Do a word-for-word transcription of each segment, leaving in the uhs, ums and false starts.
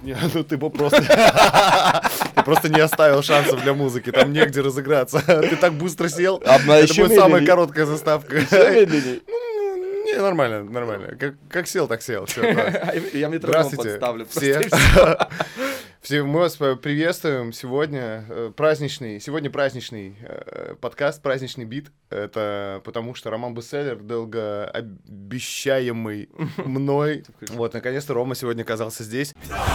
Не, ну ты бы просто... Ты просто не оставил шансов для музыки, там негде разыграться. Ты так быстро сел. Это будет самая короткая заставка. Не, нормально, нормально. Как, как сел, так сел. Все, я метроном подставлю. Все. Все, мы вас приветствуем. Сегодня э, праздничный, сегодня праздничный э, подкаст, праздничный бит. Это потому, что роман бестселлер, долго обещаемый мной. Вот, наконец-то Рома сегодня оказался здесь.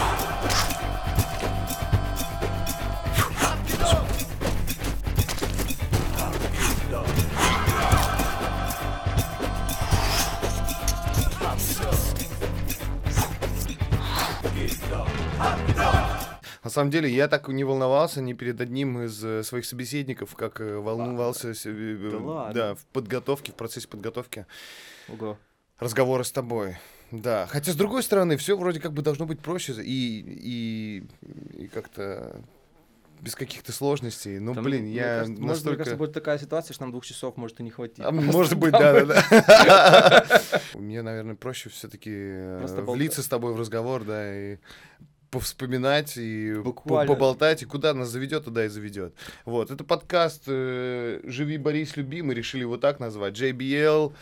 На самом деле, я так не волновался ни перед одним из э, своих собеседников, как э, волновался э, э, да, да, в подготовке, в процессе подготовки Ого. разговора с тобой. Да, хотя, с другой стороны, все вроде как бы должно быть проще и, и, и как-то без каких-то сложностей. Ну, Там, блин, мне я кажется, настолько... Может, мне кажется, будет такая ситуация, что нам двух часов может и не хватить. А, может быть, да-да-да. Мне, наверное, проще все-таки влиться с тобой в разговор, да, и... повспоминать и Буквально. поболтать, и куда нас заведет, туда и заведет. Вот, это подкаст э, «Живи, Борис, люби», мы решили его так назвать. джей би эл,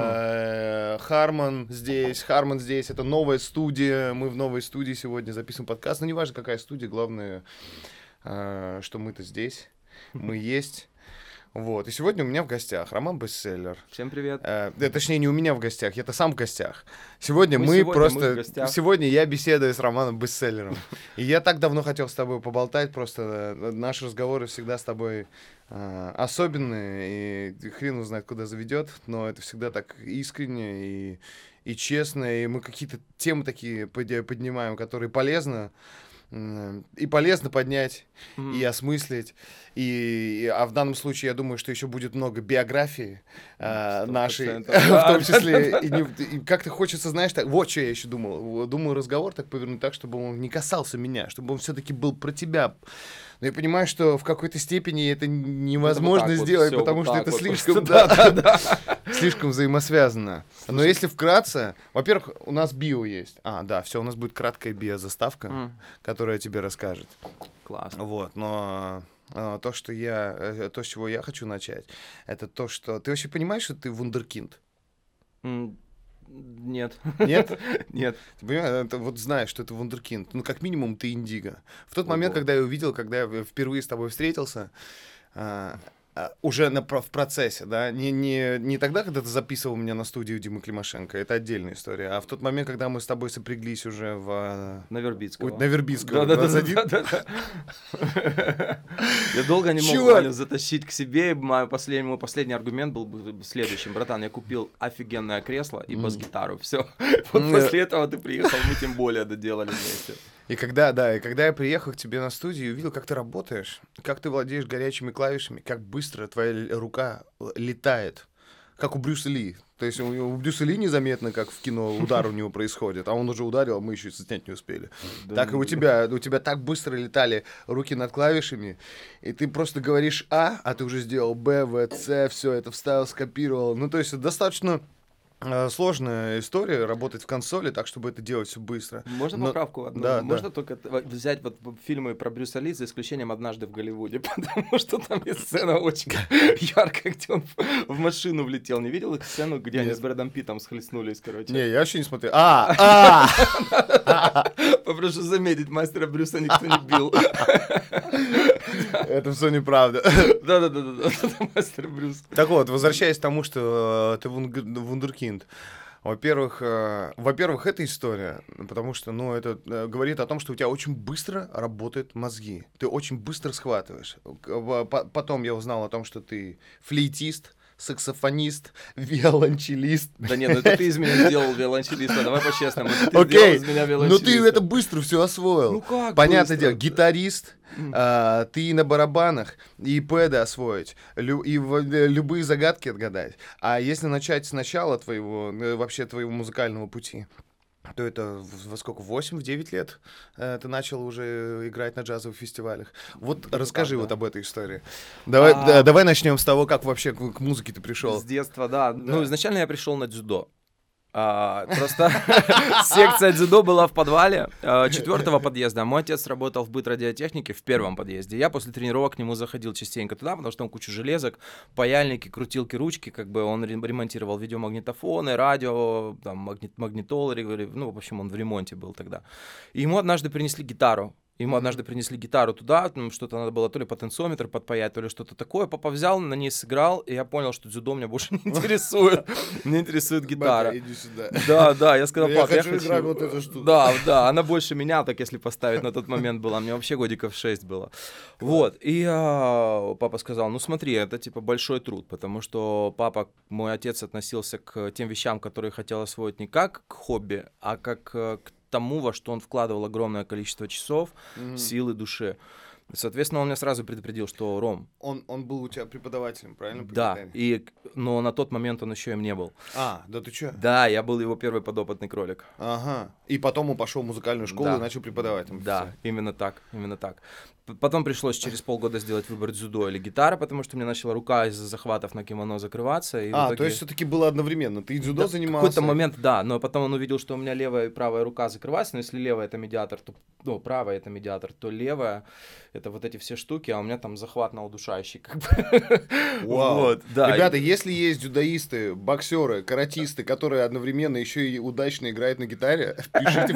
э, Харман здесь, Харман здесь, это новая студия, мы в новой студии сегодня записываем подкаст, но неважно, какая студия, главное, э, что мы-то здесь, мы есть. Вот, и сегодня у меня в гостях роман бестселлер. Всем привет. Э, э, точнее, не у меня в гостях, я-то сам в гостях. Сегодня мы, мы сегодня просто... мы в гостях. Сегодня я беседую с романом бестселлером. И я так давно хотел с тобой поболтать, просто наши разговоры всегда с тобой э, особенные, и хрен узнает, куда заведет, но это всегда так искренне и, и честно, и мы какие-то темы такие поднимаем, которые полезно, и полезно поднять, mm-hmm. и осмыслить. И, а в данном случае, я думаю, что еще будет много биографии э, нашей, в том числе. И, не, и как-то хочется, знаешь, так, вот что я еще думал. Думаю, разговор так повернуть так, чтобы он не касался меня, чтобы он все-таки был про тебя. Но я понимаю, что в какой-то степени это невозможно это сделать, вот потому вот что это вот слишком, да, да, да, слишком взаимосвязано. Слушай. Но если вкратце, во-первых, у нас био есть. А, да, все, у нас будет краткая биозаставка, mm. которая тебе расскажет. Классно. Вот, но а, то, что я, то, с чего я хочу начать, это то, что... Ты вообще понимаешь, что ты вундеркинд? Mm. Нет. Нет? Нет. Ты понимаешь, это вот знаешь, что это вундеркинд. Ну, как минимум, ты индиго. В тот Ого. момент, когда я увидел, когда я впервые с тобой встретился, а, а, уже на, в процессе, да, не, не, не тогда, когда ты записывал меня на студию Димы Климашенко, это отдельная история, а в тот момент, когда мы с тобой сопряглись уже в... На Вербицкого. На Вербицкого. Да-да-да. Я долго не мог затащить к себе, мой последний, мой последний аргумент был следующим. Братан, я купил офигенное кресло и бас-гитару, все. После этого ты приехал, мы тем более доделали вместе. И когда, да, и когда я приехал к тебе на студию и увидел, как ты работаешь, как ты владеешь горячими клавишами, как быстро твоя рука летает, как у Брюса Ли. То есть у, у Брюса Ли незаметно, как в кино удар у него происходит, а он уже ударил, а мы еще снять не успели. Да, так и у тебя, у тебя так быстро летали руки над клавишами, и ты просто говоришь А, а ты уже сделал Б, В, С, все это вставил, скопировал. Ну, то есть достаточно... сложная история работать в консоли так, чтобы это делать все быстро. Можно Но... поправку одну? Да, Можно да. только взять вот фильмы про Брюса Ли за исключением «Однажды в Голливуде», потому что там есть сцена очень яркая, где он в машину влетел. Не видел их сцену, где Нет. они с Брэдом Питтом схлестнулись, короче? Не, я вообще не смотрел. А! А! Попрошу заметить, мастера Брюса никто не бил. Это все неправда. Да-да-да, это мастер Брюс. Так вот, возвращаясь к тому, что ты вундеркинд. Во-первых, э, во-первых, это история, потому что, ну, это э, говорит о том, что у тебя очень быстро работают мозги. Ты очень быстро схватываешь. Потом я узнал о том, что ты флейтист, саксофонист, виолончелист. Да нет, ну это ты из меня сделал виолончелиста, давай по-честному. Окей, ну ты это быстро все освоил. Ну как Понятное дело, гитарист, а, ты на барабанах, и пэды освоить, лю- и в- э, любые загадки отгадать. А если начать с начала твоего, э, вообще твоего музыкального пути, то это в- во сколько, восемь-девять лет э, ты начал уже играть на джазовых фестивалях. Вот Где-то расскажи так, вот да. об этой истории. Давай, А, да, давай начнем с того, как вообще к, к музыке ты пришел. С детства, да. Да. Ну, изначально я пришел на дзюдо. А, просто секция дзюдо была в подвале а, четвертого подъезда. Мой отец работал в бытрадиотехнике в первом подъезде. Я после тренировок к нему заходил частенько туда, потому что там кучу железок, паяльники, крутилки, ручки. Как бы он ремонтировал видеомагнитофоны, радио, там, магнит, магнитолы. Ну, в общем, он в ремонте был тогда. И ему однажды принесли гитару. Ему однажды принесли гитару туда, ну, что-то надо было то ли потенциометр подпаять, то ли что-то такое. Папа взял, на ней сыграл, и я понял, что дзюдо меня больше не интересует. Мне интересует гитара. Иди сюда. Да, да, я сказал, Я пап, я хочу играть вот эту штуку. Да, да, она больше меня, так если поставить на тот момент была. Мне вообще годиков шесть было. Вот, и а, папа сказал, ну смотри, это типа большой труд, потому что папа, мой отец относился к тем вещам, которые хотел освоить не как к хобби, а как к тому, во что он вкладывал огромное количество часов, mm-hmm. силы, души. Соответственно, он меня сразу предупредил, что Ром... Он, он был у тебя преподавателем, правильно? Да, и, но на тот момент он еще им не был. А, да ты чё? Да, я был его первый подопытный кролик. Ага. И потом он пошел в музыкальную школу да. и начал преподавать. Там да, все. именно так, именно так. Потом пришлось через полгода сделать выбор дзюдо или гитара, потому что у меня начала рука из-за захватов на кимоно закрываться. И а, итоге... то есть все-таки было одновременно. Ты и дзюдо да, занимался? В какой-то момент, да, но потом он увидел, что у меня левая и правая рука закрываются, но если левая это медиатор, то, ну, правая это медиатор, то левая это вот эти все штуки, а у меня там захват на удушающий, как бы. Вау. Вот, да. Ребята, если есть дзюдоисты, боксеры, каратисты, которые одновременно еще и удачно играют на гитаре, пишите в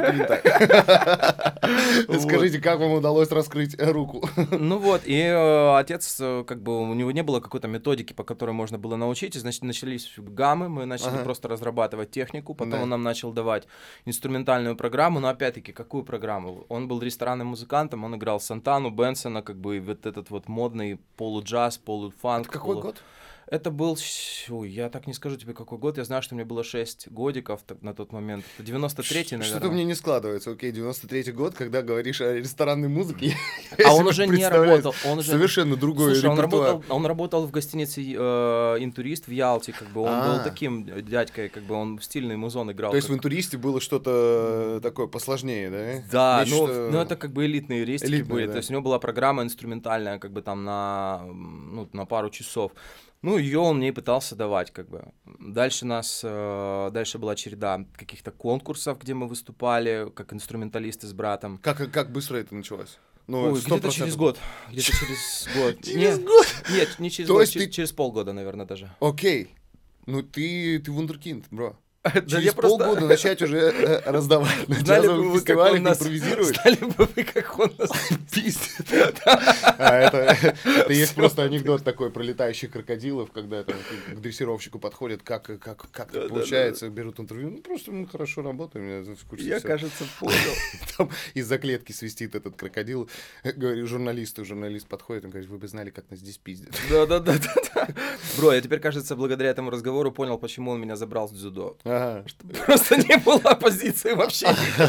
комментариях. Скажите, как вам удалось раскрыть руку? Ну вот, и э, отец, э, как бы, у него не было какой-то методики, по которой можно было научить, и, значит, начались гаммы, мы начали ага. просто разрабатывать технику, потом да. он нам начал давать инструментальную программу, но опять-таки, какую программу? Он был ресторанным музыкантом, он играл Сантану, Бенсона, как бы, и вот этот вот модный полуджаз, полуфанк. Это какой полу... год? Это был, ой, я так не скажу тебе, какой год, я знаю, что мне было шесть годиков на тот момент, это девяносто третий, наверное. Что-то мне не складывается, окей, девяносто третий год, когда говоришь о ресторанной музыке. А он уже не работал, он уже... Совершенно другой Слушай, он репертуар. работал, он работал в гостинице э, «Интурист» в Ялте, как бы, он А-а-а. был таким дядькой, как бы, он стильный музон играл. То есть как... в «Интуристе» было что-то такое посложнее, да? Да, Нечто... ну, ну это как бы элитные ристики Элитные, были, да. то есть у него была программа инструментальная, как бы там на, ну, на пару часов. Ну, ее он мне и пытался давать, как бы. Дальше нас, э, дальше была череда каких-то конкурсов, где мы выступали, как инструменталисты с братом. Как, как быстро это началось? Ну, Ой, где-то через год. Где-то через год. Через год? Нет, не через год, через полгода, наверное, даже. Окей. Ну, ты вундеркинд, бро. Да через полгода просто... начать уже э, раздавать на джазовых фестивалях, нас... импровизировать. Знали бы вы, как он нас пиздит. А это есть просто анекдот такой про летающих крокодилов, когда к дрессировщику подходят, как как это получается, берут интервью. Ну, просто мы хорошо работаем. Я, кажется, понял. Там из-за клетки свистит этот крокодил. Говорю, журналисту, журналист подходит, он говорит, вы бы знали, как нас здесь пиздят. Да-да-да. Бро, я теперь, кажется, благодаря этому разговору понял, почему он меня забрал с дзюдо. Ага. Просто не было оппозиции вообще.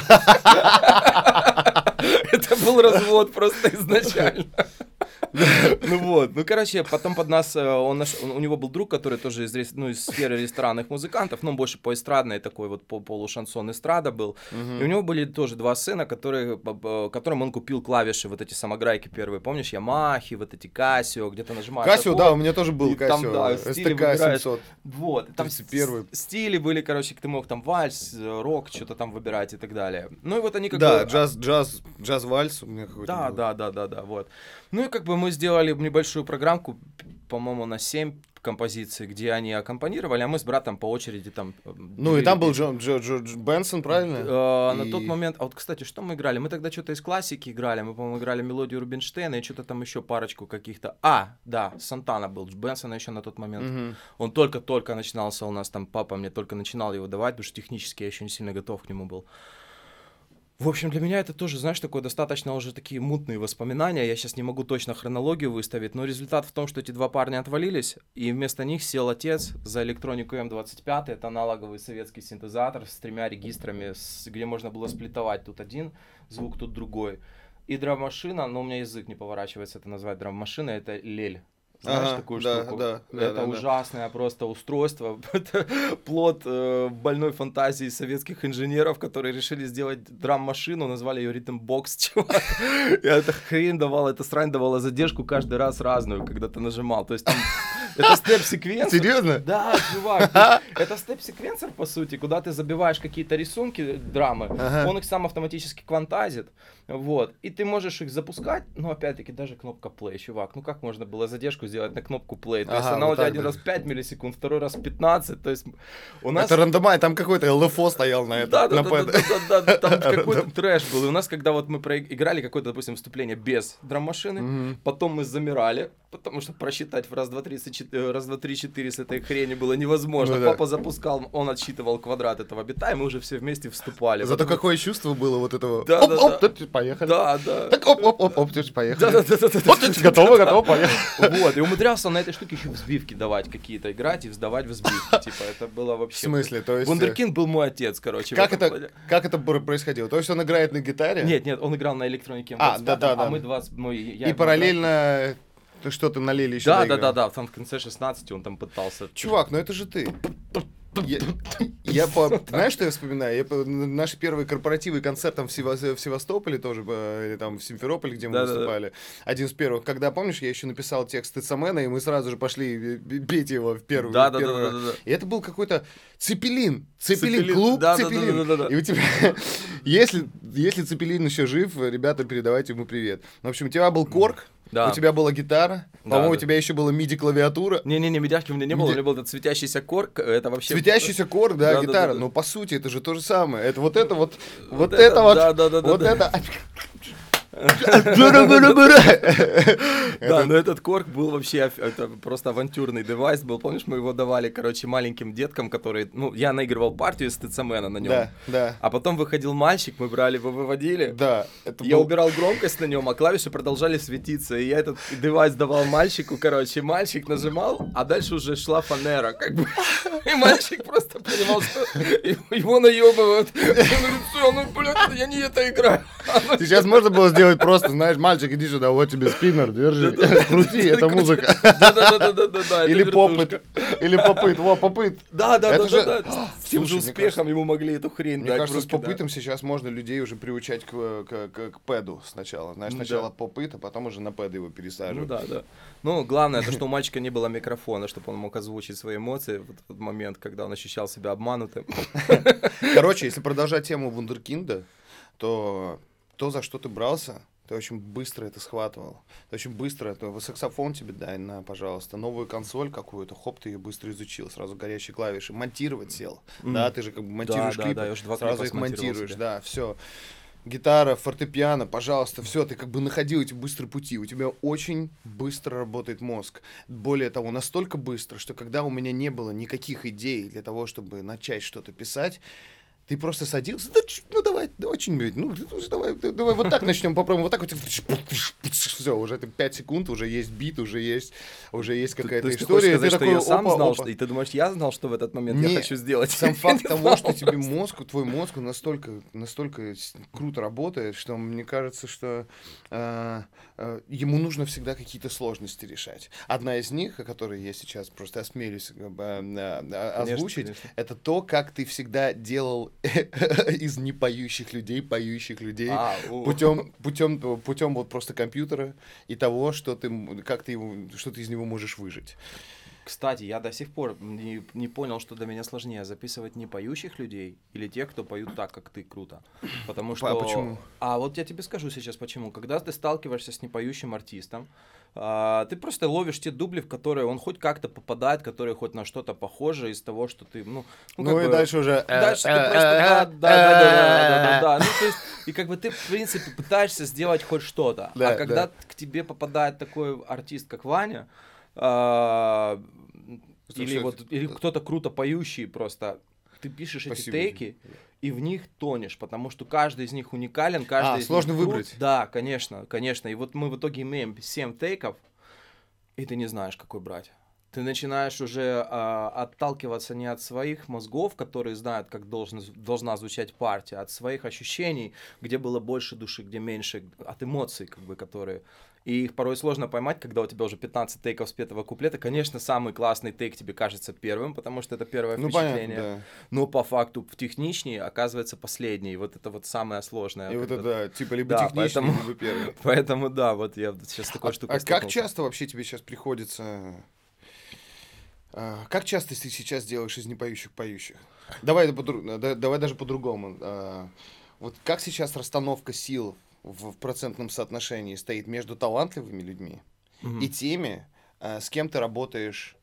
Это был развод просто изначально. Ну вот, ну короче, потом под нас, он наш, у него был друг, который тоже из, ну, из сферы ресторанных музыкантов, но он больше по эстрадной такой вот полушансон эстрада был. Uh-huh. И у него были тоже два сына, которые, которым он купил клавиши, вот эти самограйки первые, помнишь, Ямахи, вот эти Casio, где-то нажимаешь. Casio, такой, да, у меня тоже был Casio, там, да, эс тэ ка семьсот. Вот, там первый. Стили были, короче, ты мог там вальс, рок, что-то там выбирать и так далее. Ну и вот они как да, бы... джаз, джаз, джаз-вальс у меня какой-то да, был. Да, да, да, да, вот. Ну и как бы мы сделали небольшую программку, по-моему, на семь композиций, где они аккомпанировали, а мы с братом по очереди там... Ну и там был Джо, Джо, Джо, Джо Бенсон, правильно? Э, и... На тот момент... А вот, кстати, что мы играли? Мы тогда что-то из классики играли, мы, по-моему, играли мелодию Рубинштейна и что-то там еще парочку каких-то... А, да, Сантана был, Бенсона еще на тот момент. Угу. Он только-только начинался у нас, там папа мне только начинал его давать, потому что технически я еще не сильно готов к нему был. В общем, для меня это тоже, знаешь, такое достаточно уже такие мутные воспоминания. Я сейчас не могу точно хронологию выставить, но результат в том, что эти два парня отвалились, и вместо них сел отец за электронику эм двадцать пять. Это аналоговый советский синтезатор с тремя регистрами, с, где можно было сплитовать тут один звук, тут другой. И драм-машина, но у меня язык не поворачивается это назвать драм-машиной, это лель. Знаешь ага, такую да, штуку? Да, да, это да, ужасное да. просто устройство. Это плод э, больной фантазии советских инженеров, которые решили сделать драм-машину, назвали ее ритм-бокс, чувак. И эта хрень давала, эта срань давала задержку каждый раз разную, когда ты нажимал. То есть там Это степ-секвенсор. Серьезно? Да, чувак. то есть Это степ-секвенсор, по сути, куда ты забиваешь какие-то рисунки, драмы, Ага. он их сам автоматически квантазит, вот, и ты можешь их запускать, но опять-таки даже кнопка play, чувак, ну как можно было задержку сделать на кнопку play? То есть Ага, она вот у тебя так один вот. раз пять миллисекунд, второй раз пятнадцать, то есть у нас... Это рандомай, там какой-то эл эф о стоял на Да, этом, да, на да, да, пэд. да, да, да, там какой-то трэш был. И у нас, когда вот мы проиграли какое-то, допустим, вступление без драм-машины, Мгм. потом мы замирали, потому что просчитать в раз, два, три, четыре, раз, два, три, четыре с этой хрени было невозможно. Ну да. Папа запускал, он отсчитывал квадрат этого бита, и мы уже все вместе вступали. Зато Потому- какое чувство было вот этого. Да, оп, да, оп, да. тут поехали. Да, да. Так, оп, оп, оп, оп, тут поехали. Да, да, да, да, да, Вот да, тут да, готово, да. готово, поехали. Вот, и умудрялся на этой штуке еще взбивки давать какие-то, играть и сдавать взбивки. Типа, это было В вообще... смысле, то есть... э, Вундеркинд был мой отец, короче. в Как этом это, плане. как это бр- происходило? То есть он играет на гитаре? Нет, нет, он играл на электронике. А, да, да, а да. мы двадцать... Ну, я И ему играл. параллельно ты что-то налили еще? Да, да, да, да, там в конце шестнадцати он там пытался. Чувак, ну это же ты. Я, я по, знаешь, что я вспоминаю? Я по- наши первые корпоративы и концерт там в, Сева- в Севастополе тоже, э, или там в Симферополе, где мы Да-да-да. выступали. Один из первых. Когда, помнишь, я еще написал текст Тецамена, и мы сразу же пошли б- петь его в первый, Да, в да, первый да, раз. да, да. И это был какой-то Цепелин. Цепелин, Цепелин, клуб да, да, да, Цепелин. да, да, да. И у тебя, если, если Цепелин еще жив, ребята, передавайте ему привет. В общем, у тебя был корк, Да. у тебя была гитара, Да, по-моему, да. у тебя еще была миди-клавиатура. Не-не-не, медяшки у меня не было, у Меди- меня был этот светящийся корк, это вообще... Светящийся корк, да, Да, да, гитара. да, да. Но по сути это же то же самое. Это вот это вот, вот это, это вот, да, да, да, да, вот да. это. Да, но этот корк был вообще, оф- это просто авантюрный девайс был. Помнишь, мы его давали, короче, маленьким деткам, которые... Ну, я наигрывал партию из Тецамена на нем. Да, да, А потом выходил мальчик, мы брали его, выводили. да. Это Я был- убирал громкость на нем, а клавиши продолжали светиться. И я этот девайс давал мальчику, короче, мальчик нажимал, а дальше уже шла фанера, как бы. И мальчик просто понимал, что его наебывают. Он говорит, все, ну, блядь, я не это играю. Сейчас можно было сделать просто, знаешь, мальчик, иди сюда, вот тебе спиннер, держи, крути, это музыка. Да-да-да-да-да. Или попыт, или попыт, во, попыт. Это же- Да-да-да-да. С тем же Слушай, мне успехом ему могли эту хрень Мне дать в кажется, с руки, да. попытом сейчас можно людей уже приучать к, к, к, к пэду сначала. Знаешь, Ну сначала да. попыт, а потом уже на пэд его Ну пересаживать. да, да. Ну, главное, то, что у мальчика не было микрофона, чтобы он мог озвучить свои эмоции в тот момент, когда он ощущал себя обманутым. Короче, если продолжать тему вундеркинда, то то, за что ты брался, ты очень быстро это схватывал. Ты очень быстро, это саксофон тебе дай, на, пожалуйста, новую консоль какую-то, хоп, ты ее быстро изучил, сразу горячие клавиши, монтировать сел, М. да, ты же как бы монтируешь да, клипы, да, я уже два сразу клипа их смонтировал монтируешь, себе. да, все. Гитара, фортепиано, пожалуйста, все, ты как бы находил эти быстрые пути, у тебя очень быстро работает мозг. Более того, настолько быстро, что когда у меня не было никаких идей для того, чтобы начать что-то писать, ты просто садился, да, ч- ну давай, да, очень, блядь, ну уже давай, да- давай вот так начнем, попробуем, вот так вот, все, уже это пять секунд, уже есть бит, уже есть, уже есть То- какая-то то есть ты история, хочешь и сказать, ты что я такой, сам опа, знал, опа. что... И ты думаешь, я знал, что в этот момент Не, я хочу сделать? Сам Я факт не того, знал. что тебе мозг, твой мозг, он настолько, настолько с- круто работает, что мне кажется, что э, э, ему нужно всегда какие-то сложности решать. Одна из них, о которой я сейчас просто осмелюсь э, э, э, озвучить, конечно. это то, как ты всегда делал из непоющих людей поющих людей. А, о. Путем, путем, путем вот просто компьютера и того, что ты, м- как ты, его, что ты из него можешь выжить. Кстати, я до сих пор не, не понял, что для меня сложнее записывать не поющих людей или тех, кто поют так, как ты, круто. Потому что... А почему? А вот я тебе скажу сейчас почему. Когда ты сталкиваешься с непоющим артистом, а, ты просто ловишь те дубли, в которые он хоть как-то попадает, которые хоть на что-то похожи из того, что ты, ну... Ну, как и бы- дальше уже... э, Дальше ты просто, да, да, да, да, да, да, да, ну, то есть, и как бы ты, в принципе, пытаешься сделать хоть что-то, Да, а когда да. к тебе попадает такой артист, как Ваня, а, или Слушай, вот, или кто-то круто поющий просто, ты пишешь эти Спасибо, тейки, и в них тонешь, потому что каждый из них уникален, каждый А, из сложно них крут. выбрать. Да, конечно, конечно, и вот мы в итоге имеем семь тейков, и ты не знаешь, какой брать. Ты начинаешь уже а, отталкиваться не от своих мозгов, которые знают, как должен, должна звучать партия, а от своих ощущений, где было больше души, где меньше, от эмоций, как бы, которые... И их порой сложно поймать, когда у тебя уже пятнадцать тейков спетого куплета. Конечно, самый классный тейк тебе кажется первым, потому что это первое Ну, впечатление. понятно, да. Но по факту в техничнее оказывается последний. И вот это вот самое сложное. И вот когда- это, да, типа, либо Да, техничный, поэтому- либо первый. Поэтому да, вот я сейчас такой А, штукой а как столкнулся. часто вообще тебе сейчас приходится А, как часто ты сейчас делаешь из непоющих поющих? Давай, подру- да- давай даже по-другому. А, вот как сейчас расстановка сил в, в процентном соотношении стоит между талантливыми людьми и Мгм. теми, а, с кем ты работаешь?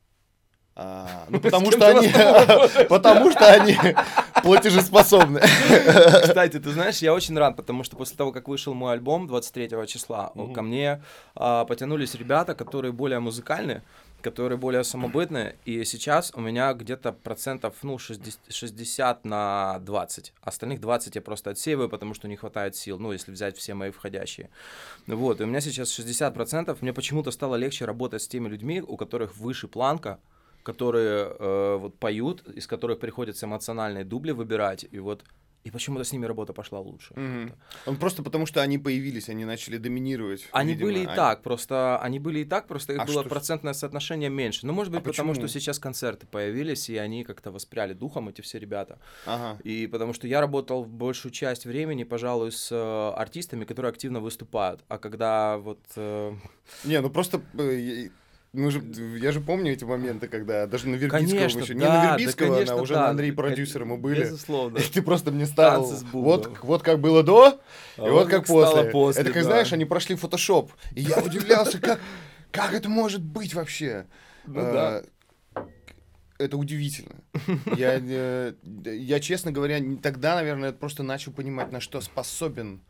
А, ну, С потому кем что ты в они, основном работаешь? потому что они платежеспособны. Кстати, ты знаешь, я очень рад, потому что после того, как вышел мой альбом двадцать третьего числа, о, Мгм. ко мне а, потянулись ребята, которые более музыкальные, которые более самобытные, и сейчас у меня где-то процентов, ну, шестьдесят, шестьдесят на двадцать. Остальных двадцать я просто отсеиваю, потому что не хватает сил, ну, если взять все мои входящие. Вот, и у меня сейчас шестьдесят процентов, мне почему-то стало легче работать с теми людьми, у которых выше планка, которые э, вот поют, из которых приходится эмоциональные дубли выбирать, и вот и почему-то с ними работа пошла лучше. Мгм. Он просто потому, что они появились, они начали доминировать. Они видимо, были и они- так, просто они были и так, просто их А было что ж- процентное соотношение меньше. Ну, может А быть, потому что почему? сейчас концерты появились, и они как-то воспряли духом, эти все ребята. Ага. И потому что я работал большую часть времени, пожалуй, с э, артистами, которые активно выступают. А когда вот... э, Не, ну просто э, мы же, я же помню эти моменты, когда даже на Вербицкого Конечно, мы еще, не да, на да, Вербицкого, конечно, а уже да, на Андрей да, продюсера мы были. Безусловно. И ты просто мне ставил, Танцы с вот, бубном. вот как было до, и А вот вот как как стало после. после, Это как, да. знаешь, они прошли фотошоп. И я удивлялся, как, как это может быть вообще? Ну да. Э, Это удивительно. Я, э, я, честно говоря, н- тогда, наверное, просто начал понимать, на что способен,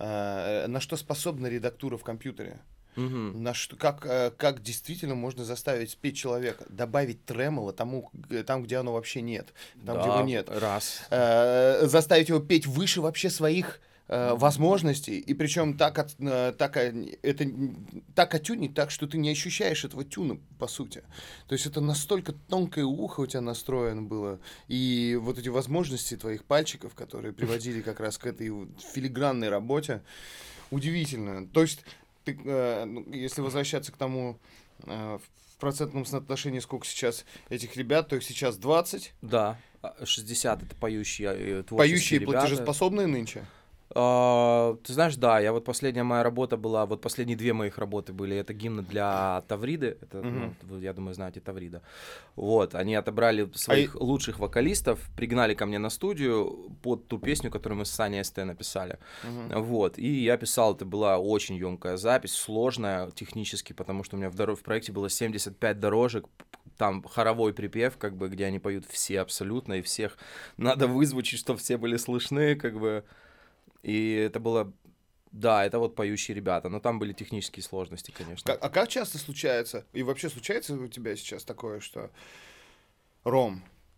э, на что способна редактура в компьютере. Мгм. На что, как, э, как действительно можно заставить спеть человека, добавить тремоло тому, г- там, где оно вообще нет, там, где его Да, нет, раз. Э, заставить его петь выше вообще своих э, возможностей, и причем так, от, э, так, э, это, н- так отюнить, так, что ты не ощущаешь этого тюна, по сути. То есть это настолько тонкое ухо у тебя настроено было, и вот эти возможности твоих пальчиков, которые приводили как раз к этой вот филигранной работе, удивительно. То есть, ты, э, ну, если возвращаться к тому, э, в процентном соотношении, сколько сейчас этих ребят, то их сейчас двадцать. Да. А, шестьдесят это поющие, э, творческие Поющие ребята. платежеспособные нынче? А, ты знаешь, да, я вот последняя моя работа была, вот последние две моих работы были, это гимны для Тавриды, это, ну, Мгм. вы, я думаю, знаете Таврида. Вот, они отобрали А своих лучших вокалистов, пригнали ко мне на студию под ту песню, которую мы с Саней СТ написали. Мгм. Вот, и я писал, это была очень емкая запись, сложная технически, потому что у меня в, доро- в проекте было семьдесят пять дорожек, п- там хоровой припев, как бы, где они поют все абсолютно, и всех надо вызвучить, чтобы все были слышны, как бы. И это было, да, это вот поющие ребята, но там были технические сложности, конечно. Ка- А как часто случается, и вообще случается у тебя сейчас такое, что Ром,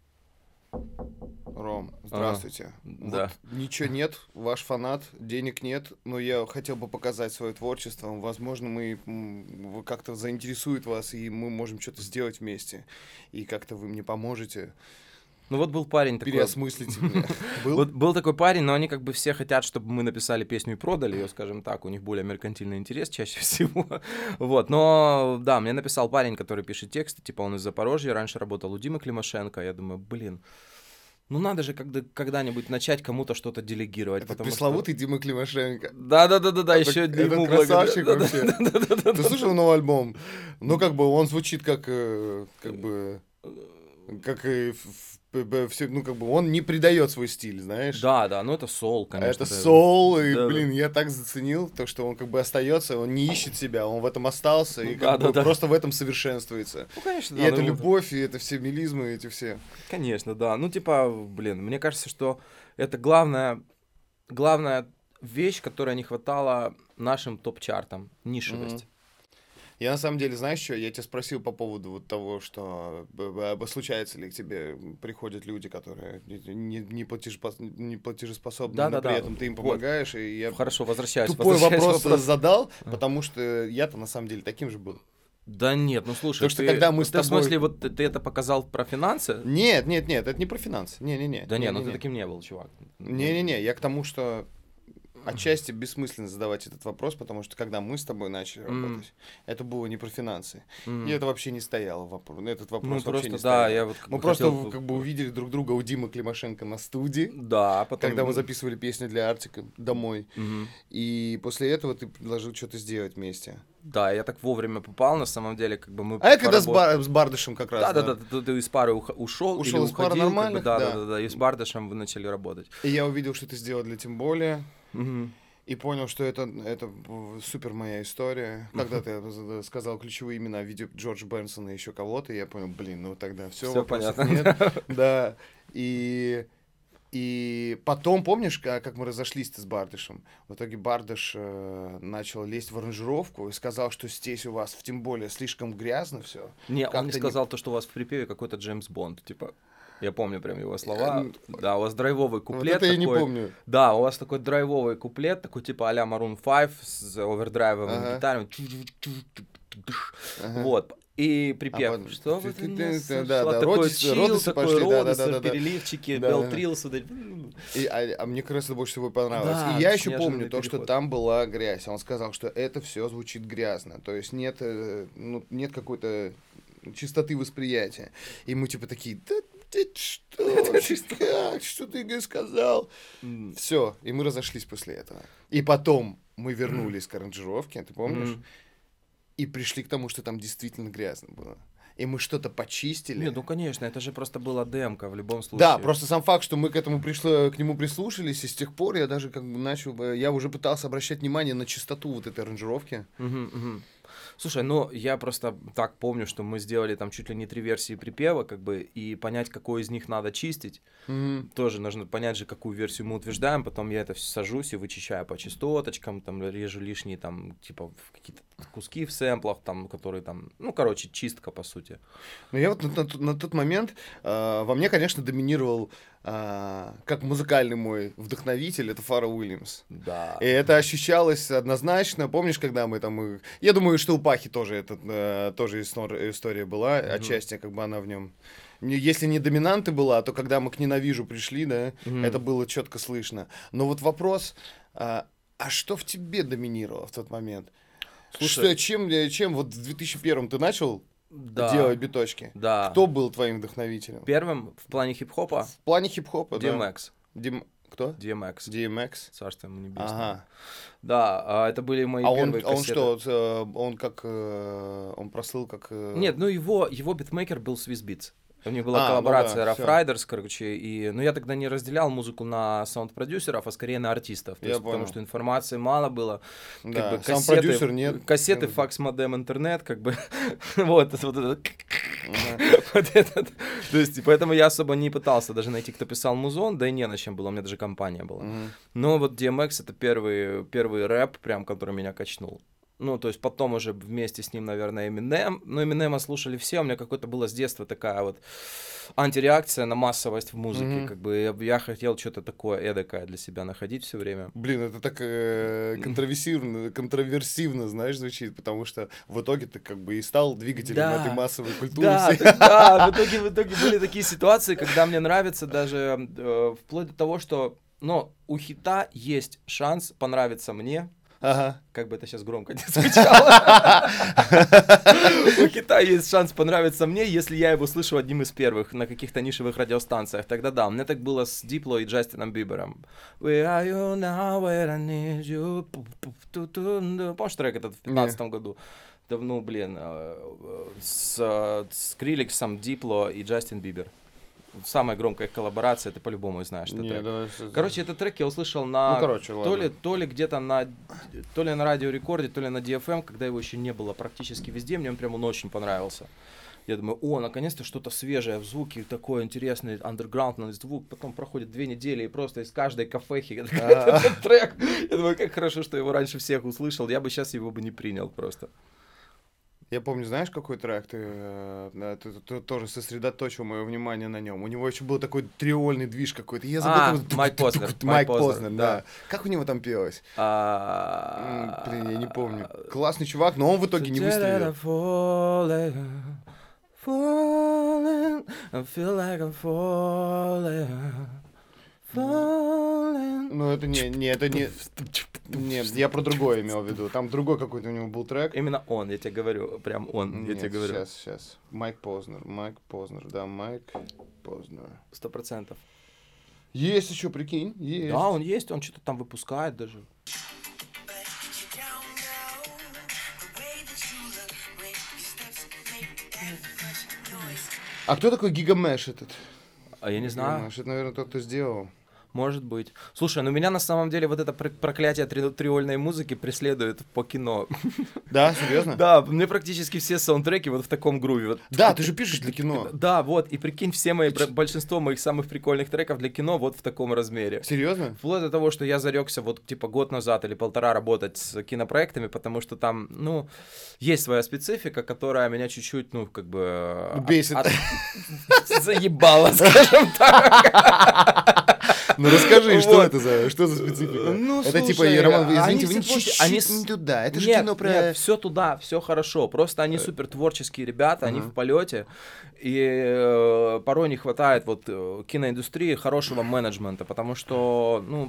Ром, здравствуйте. да. Вот ничего нет, ваш фанат, денег нет, но я хотел бы показать свое творчество. Возможно, мы м, вы как-то заинтересует вас, и мы можем что-то сделать вместе. И как-то вы мне поможете Ну вот был парень такой. переосмыслить меня. Был? Вот был такой парень, но они как бы все хотят, чтобы мы написали песню и продали ее, скажем так. У них более меркантильный интерес чаще всего. Вот, но да, мне написал парень, который пишет тексты, типа он из Запорожья, раньше работал у Димы Климашенко. Я думаю, блин, ну надо же когда- когда-нибудь начать кому-то что-то делегировать. Это потому что- пресловутый Дима Климашенко. Да-да-да-да-да, Это- еще это ему красавчик благодаря- вообще. Да-да-да-да-да-да. Ты слышал новый альбом? Ну, как бы он звучит как, э, как бы, как и в- в- б- все, ну, как бы он не придает свой стиль, знаешь? Да, да, ну это соул, А конечно. это да. соул, и, Да, да. блин, я так заценил, то, что он как бы остается, он не ищет себя, он в этом остался, и Ну, как да, бы да, да. просто в этом совершенствуется. Ну, конечно, И да. это ну, любовь, и это все мелизмы, эти все. Конечно, да. Ну, типа, блин, мне кажется, что это главная, главная вещь, которая не хватала нашим топ-чартам. Нишевость. Я на самом деле, знаешь что, я тебя спросил по поводу вот того, что б- б- случается ли к тебе, приходят люди, которые не, не, платежепос- не платежеспособны, но Да-да-да. при этом ты им Вот. помогаешь, и я Хорошо, возвращаюсь. тупой возвращаюсь к вопрос вопросу. задал, А. потому что я-то на самом деле таким же был. Да нет, ну слушай, Потому что ты, когда мы с ты в тобой- смысле, вот ты, ты это показал про финансы? Нет, нет, нет, это не про финансы. Не-не-не. Да не, ну ты не-не-не. таким не был, чувак. Не-не-не, я к тому, что отчасти бессмысленно задавать этот вопрос, потому что когда мы с тобой начали Мгм. работать, это было не про финансы. Мгм. И это вообще не стояло вопрос. Этот вопрос Ну вообще просто, не да, стоял. я вот как Мы бы просто хотел- как бы увидели друг друга у Димы Климашенко на студии, Да, потом... когда мы ну, записывали песню для Артика домой. мгм. И после этого ты предложил что-то сделать вместе. Да, я так вовремя попал, на самом деле, как бы мы... А я когда с, поработ- Бар- с Бардышем как раз. Да-да-да, ты, ты из пары ух- ушел, Ушел или из пары уходил, как бы, нормальных, да. да-да-да, и с Бардышем вы начали работать. И я увидел, что ты сделал для Тем более. Мгм. И понял, что это, это супер моя история. Когда ты сказал ключевые имена в виде Джорджа Бенсона и еще кого-то, я понял, блин, ну тогда все, Всё вопросов понятно. нет. Да. И, и потом, помнишь, как, как мы разошлись-то с Бардышем? В итоге Бардыш э, начал лезть в аранжировку и сказал, что здесь у вас в тем более слишком грязно все. Не, он Как-то не не- сказал то, что у вас в припеве какой-то Джеймс Бонд, типа... Я помню прям его слова. Э, Да, у вас драйвовый Вот куплет это я не такой. помню. Да, у вас такой драйвовый куплет, такой типа а-ля Maroon пять с овердрайвовыми Ага. гитарами. Ага. Вот. И припев. А потом- Что вы ты- ты ты- мне ты- да, сошла? да, Такой Родисы- чил, Родисы такой пошли, да, да, Родисы, да, да, да. переливчики, Да, Белл да. Триллс. вот эти. И, а, а мне как раз это больше всего понравилось. Да, и я еще неожиданный помню то, что переход. там была грязь. Он сказал, что это все звучит грязно. То есть нет, э, ну, нет какой-то чистоты восприятия. И мы типа такие, да ты что? Как? Что ты сказал? М. Все. И мы разошлись после этого. И потом мы вернулись к аранжировке, ты помнишь? Мгм. И пришли к тому, что там действительно грязно было. И мы что-то почистили. Не, ну конечно, это же просто была демка в любом случае. Да, просто сам факт, что мы к этому пришло, к нему прислушались, и с тех пор я даже как бы начал, бы- я уже пытался обращать внимание на чистоту вот этой аранжировки. Мгм, мгм. Слушай, ну я просто так помню, что мы сделали там чуть ли не три версии припева, как бы, и понять, какой из них надо чистить. Мгм. Тоже нужно понять же, какую версию мы утверждаем, потом я это всё сажусь и вычищаю по частоточкам, там режу лишние там, типа, в какие-то куски в сэмплах, там, которые там, ну, короче, чистка, по сути. Но я вот на, на тот- на тот момент, э, во мне, конечно, доминировал, э, как музыкальный мой вдохновитель, это Фара Уильямс. Да. И это ощущалось однозначно. Помнишь, когда мы там... э, Я думаю, что у Пахи тоже, это, э, тоже истор- история была, Мгм. отчасти как бы она в нем... Если не доминанты была, то когда мы к «Ненавижу» пришли, да, Мгм. это было четко слышно. Но вот вопрос, а, а что в тебе доминировало в тот момент? Слушай. Что, чем, э, чем вот в две тысячи первом ты начал Да. делать биточки? Да. Кто был твоим вдохновителем? Первым в плане хип-хопа В плане хип-хопа, ди эм экс. да? Дим... Кто? ди эм экс. ди эм экс? Царство ему небесное. Ага. Да, а это были мои А он, первые а он кассеты. что, вот, э, он как, э, он прослыл как... э, Нет, ну его, его битмейкер был Swiss Beats. У них была А, ну коллаборация да, Rough всё. Riders, короче, и, но я тогда не разделял музыку на саунд-продюсеров, а скорее на артистов, то Я есть, потому понял. что информации мало было, как Да, бы сам кассеты, продюсер нет. кассеты, Да. факс, модем, интернет, как бы, вот, вот это, Ага. вот этот, то есть, и поэтому я особо не пытался даже найти, кто писал музон, да и не на чем было, у меня даже компания была. Мгм. Но вот ди эм экс это первый, первый рэп, прям, который меня качнул. Ну, то есть потом уже вместе с ним, наверное, Eminem. Ну, Eminem слушали все, у меня какой-то была с детства такая вот антиреакция на массовость в музыке. Мгм. Как бы я, я хотел что-то такое эдакое для себя находить все время. Блин, это так э, контроверсивно, контроверсивно, знаешь, звучит, потому что в итоге ты как бы и стал двигателем Да. этой массовой культуры. Да, всей. так- да, в итоге, в итоге были такие ситуации, когда мне нравится даже э, вплоть до того, что, ну, у хита есть шанс понравиться мне, Ага. как бы это сейчас громко не звучало. У хита есть шанс понравиться мне, если я его слышу одним из первых на каких-то нишевых радиостанциях. Тогда да, у меня так было с Дипло и Джастином Бибером. Where are you now, where I need you? Пу-пу-ту-ту-ду. Помнишь трек этот в пятнадцатом году? Давно, блин, э, э, с, э, с Криликсом, Дипло и Джастин Бибер. Самая громкая их коллаборация, ты по-любому знаешь этот Не, трек. давай, с- Короче, этот трек я услышал на... Ну, короче, то ладно. ли, то ли где-то на... То ли на радиорекорде, то ли на ди эф эм, когда его еще не было практически везде, мне он прям он очень понравился. Я думаю, о, наконец-то что-то свежее в звуке, такой интересный андерграундный звук. Потом проходит две недели, и просто из каждой кафехи А. этот трек. Я думаю, как хорошо, что его раньше всех услышал. Я бы сейчас его бы не принял просто. Я помню, знаешь, какой трек ты, э, да, ты, ты- ты тоже сосредоточил мое внимание на нем. У него еще был такой триольный движ какой-то. Я забыл, А, как его- Майк Познер, Майк Майк Познер, Познер, да. да. Как у него там пелось? М, А, Блин, я не помню. Классный чувак, но он в итоге не выстрелил. Falling, falling, I feel like I'm falling, falling. Ну, это не, не, это не... Нет, я про другое имел в виду. Там другой какой-то у него был трек. Именно он, я тебе говорю, прям он, я Нет, тебе говорю. сейчас, сейчас. Майк Познер, Майк Познер, да, Майк Познер. Сто процентов. Есть еще, прикинь, есть. Да, он есть, он что-то там выпускает даже. А кто такой Гигамеш этот? А я не знаю. Гигамеш, это, наверное, тот, кто сделал. Может быть. Слушай, ну меня на самом деле вот это проклятие три- триольной музыки преследует по кино. Да, серьезно? Да, мне практически все саундтреки вот в таком груве. Вот. Да, ты же пишешь для кино. Да, вот, и прикинь, все мои, большинство моих самых прикольных треков для кино вот в таком размере. Серьезно? Вплоть до того, что я зарекся вот типа год назад или полтора работать с кинопроектами, потому что там, ну, есть своя специфика, которая меня чуть-чуть, ну, как бы... Бесит. от- от- Заебала, скажем так. Ну расскажи, что Вот. это за, что за специфика? Ну, это типа, слушай, Роман, вы они извините, вы все творче- чуть-чуть они с- не туда. Это же нет, кино про... нет, все туда, все хорошо. Просто они супер творческие ребята, они Ага. в полете, и э, порой не хватает вот э, киноиндустрии хорошего менеджмента, потому что, ну,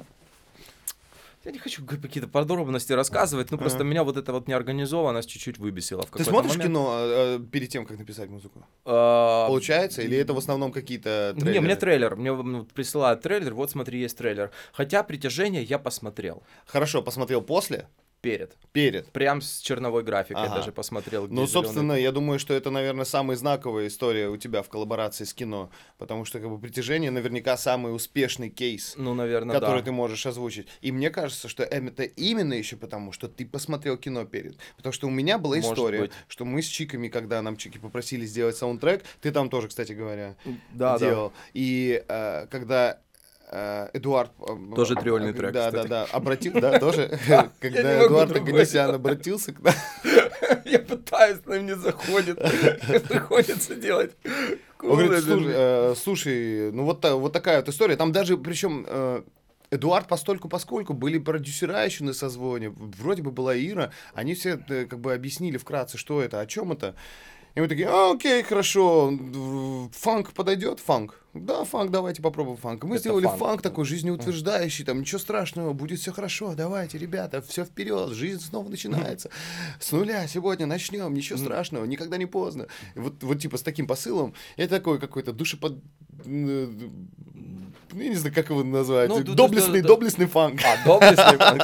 я не хочу г- какие-то подробности рассказывать, ну просто Ага. меня вот эта вот неорганизованность чуть-чуть выбесила в Ты какой-то смотришь момент. кино э, перед тем, как написать музыку? А, Получается? Или это в основном какие-то трейлеры? Не, мне трейлер, мне ну, присылают трейлер, вот смотри, есть трейлер. Хотя «Притяжение» я посмотрел Хорошо, посмотрел после? перед. Перед? Прям с черновой графикой Ага. даже посмотрел. где Ну, зелёный- собственно, я думаю, что это, наверное, самая знаковая история у тебя в коллаборации с кино, потому что, как бы, «Притяжение» наверняка самый успешный кейс, Ну, наверное, который да. ты можешь озвучить. И мне кажется, что это именно еще потому, что ты посмотрел кино перед. Потому что у меня была Может история, быть. что мы с чиками, когда нам чики попросили сделать саундтрек, ты там тоже, кстати говоря, Да, да. делал. И э, когда э, Эдуард... э, Тоже э, триольный э, трек, Да, да, кстати. да, обратил, да, тоже. не Когда могу Эдуард другое Аганесян делать. обратился к нам. Я пытаюсь, но им не заходит. Приходится делать. Он говорит, слушай, э, слушай, ну вот, та- вот такая вот история. Там даже, причем, э, Эдуард постольку поскольку были продюсера еще на созвоне, вроде бы была Ира, они все э, как бы объяснили вкратце, что это, о чем это. И мы такие, а, окей, хорошо, м, фанк подойдет? Фанк. Да, фанк, давайте попробуем фанк. И мы Это сделали фанк, фанк, да. такой жизнеутверждающий, там ничего страшного, будет все хорошо, давайте, ребята, все вперед, жизнь снова начинается. С нуля сегодня начнем, ничего страшного, никогда не поздно. И вот, вот типа с таким посылом, это такой какой-то душепод... э, ну, я не знаю, как его назвать, Ну, ду- доблестный, ду- ду- доблестный фанк. А, доблестный фанк.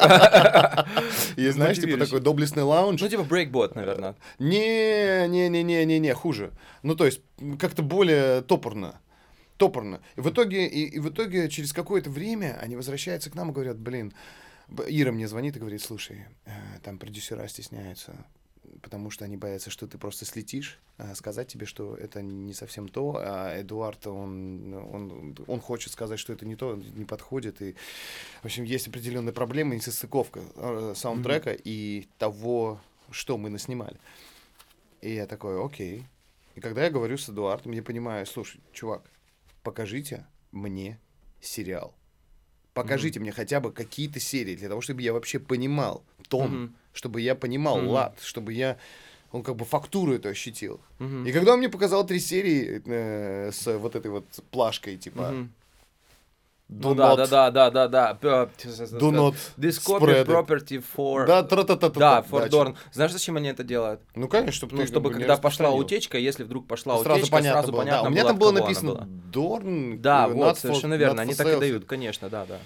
И знаешь, типа мотивирующий. такой доблестный лаунж. Ну, типа брейкбот, наверное. Не, не, не, не, не, не, хуже. Ну, то есть, м, как-то более топорно. Топорно. И в итоге, и, и в итоге через какое-то время они возвращаются к нам и говорят, блин, Б- Ира мне звонит и говорит, слушай, э, там продюсера стесняются, потому что они боятся, что ты просто слетишь, а сказать тебе, что это не совсем то, а Эдуард, он, он, он хочет сказать, что это не то, не подходит, и, в общем, есть определенные проблемы, несостыковка э, саундтрека и того, что мы наснимали. И я такой, окей. И когда я говорю с Эдуардом, я понимаю, слушай, чувак, покажите мне сериал. Покажите мне хотя бы какие-то серии, для того, чтобы я вообще понимал тон, Мгм. чтобы я понимал Мгм. лад, чтобы я, он как бы фактуру эту ощутил. Мгм. И когда он мне показал три серии э, с вот этой вот плашкой, типа, Мгм. do Ну да, not, да, да, да, да, да. П- do not This copy spread it. property for... Да, тра-та-та-та-та. Да, for чё- Dorn. Знаешь, зачем они это делают? Ну, конечно, чтобы Ну, ты чтобы как бы не когда пошла распространил. утечка, если вдруг пошла Сразу утечка, понятно сразу было, да. понятно У меня было, там от было кого она написано была. Dorn. Да, э, вот, not for- совершенно not верно, for они так и sales. дают, конечно, да, да.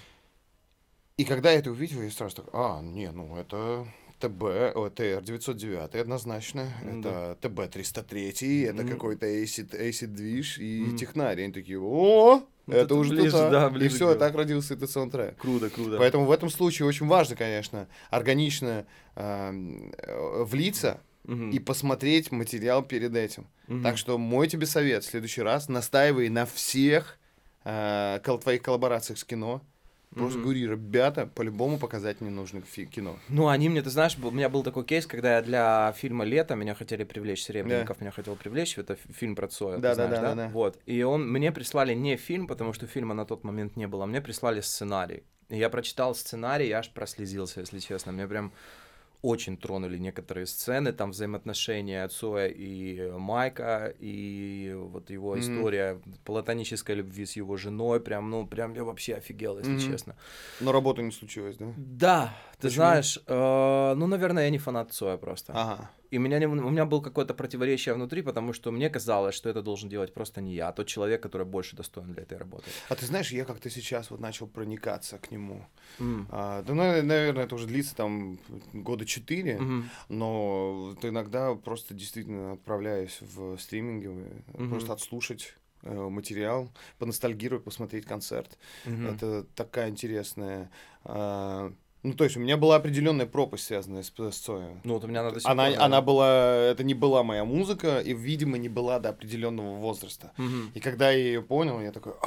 И когда я это увидел, я сразу так, а, не, ну это ТБ, о, Т Р девятьсот девять однозначно, М, это Т Б триста три, это Мгм. какой-то Acid, Acid движ и Мгм. технари. Они такие, о, Вот это это уже ближе, туда. да, И ближе все, к- так родился этот саундтрек. Круто, круто. Поэтому в этом случае очень важно, конечно, органично эм, э, влиться Мгм. и посмотреть материал перед этим. Мгм. Так что мой тебе совет в следующий раз, настаивай на всех э, кол- твоих коллаборациях с кино. Просто Мгм. говори, ребята, по-любому показать мне нужно фи- кино. Ну, они мне, ты знаешь, был- у меня был такой кейс, когда я для фильма «Лето» меня хотели привлечь, Серебренников меня хотел привлечь, это фи- фильм про Цоя, ты Да, да, знаешь, да, да? да, да. Вот, и он, мне прислали не фильм, потому что фильма на тот момент не было, мне прислали сценарий. И я прочитал сценарий, я аж прослезился, если честно, мне прям очень тронули некоторые сцены, там взаимоотношения Цоя и Майка, и вот его Мгм. история платонической любви с его женой, прям, ну, прям я вообще офигел, если Мгм. честно. Но работа не случилась, да? Да, ты Почему? знаешь, э, ну, наверное, я не фанат Цоя просто. Ага. И меня не, у меня было какое-то противоречие внутри, потому что мне казалось, что это должен делать просто не я, а тот человек, который больше достоин для этой работы. А ты знаешь, я как-то сейчас вот начал проникаться к нему. Mm. А, да, ну, наверное, это уже длится там года четыре, Mm-hmm. но вот иногда просто действительно отправляюсь в стриминги, mm-hmm. просто отслушать э, материал, поностальгировать, посмотреть концерт. Mm-hmm. Это такая интересная... Э, Ну, то есть у меня была определенная пропасть, связанная с, с Цоя. Ну, вот у меня надо... Она, она была... Это не была моя музыка, и, видимо, не была до определенного возраста. Mm-hmm. И когда я ее понял, я такой...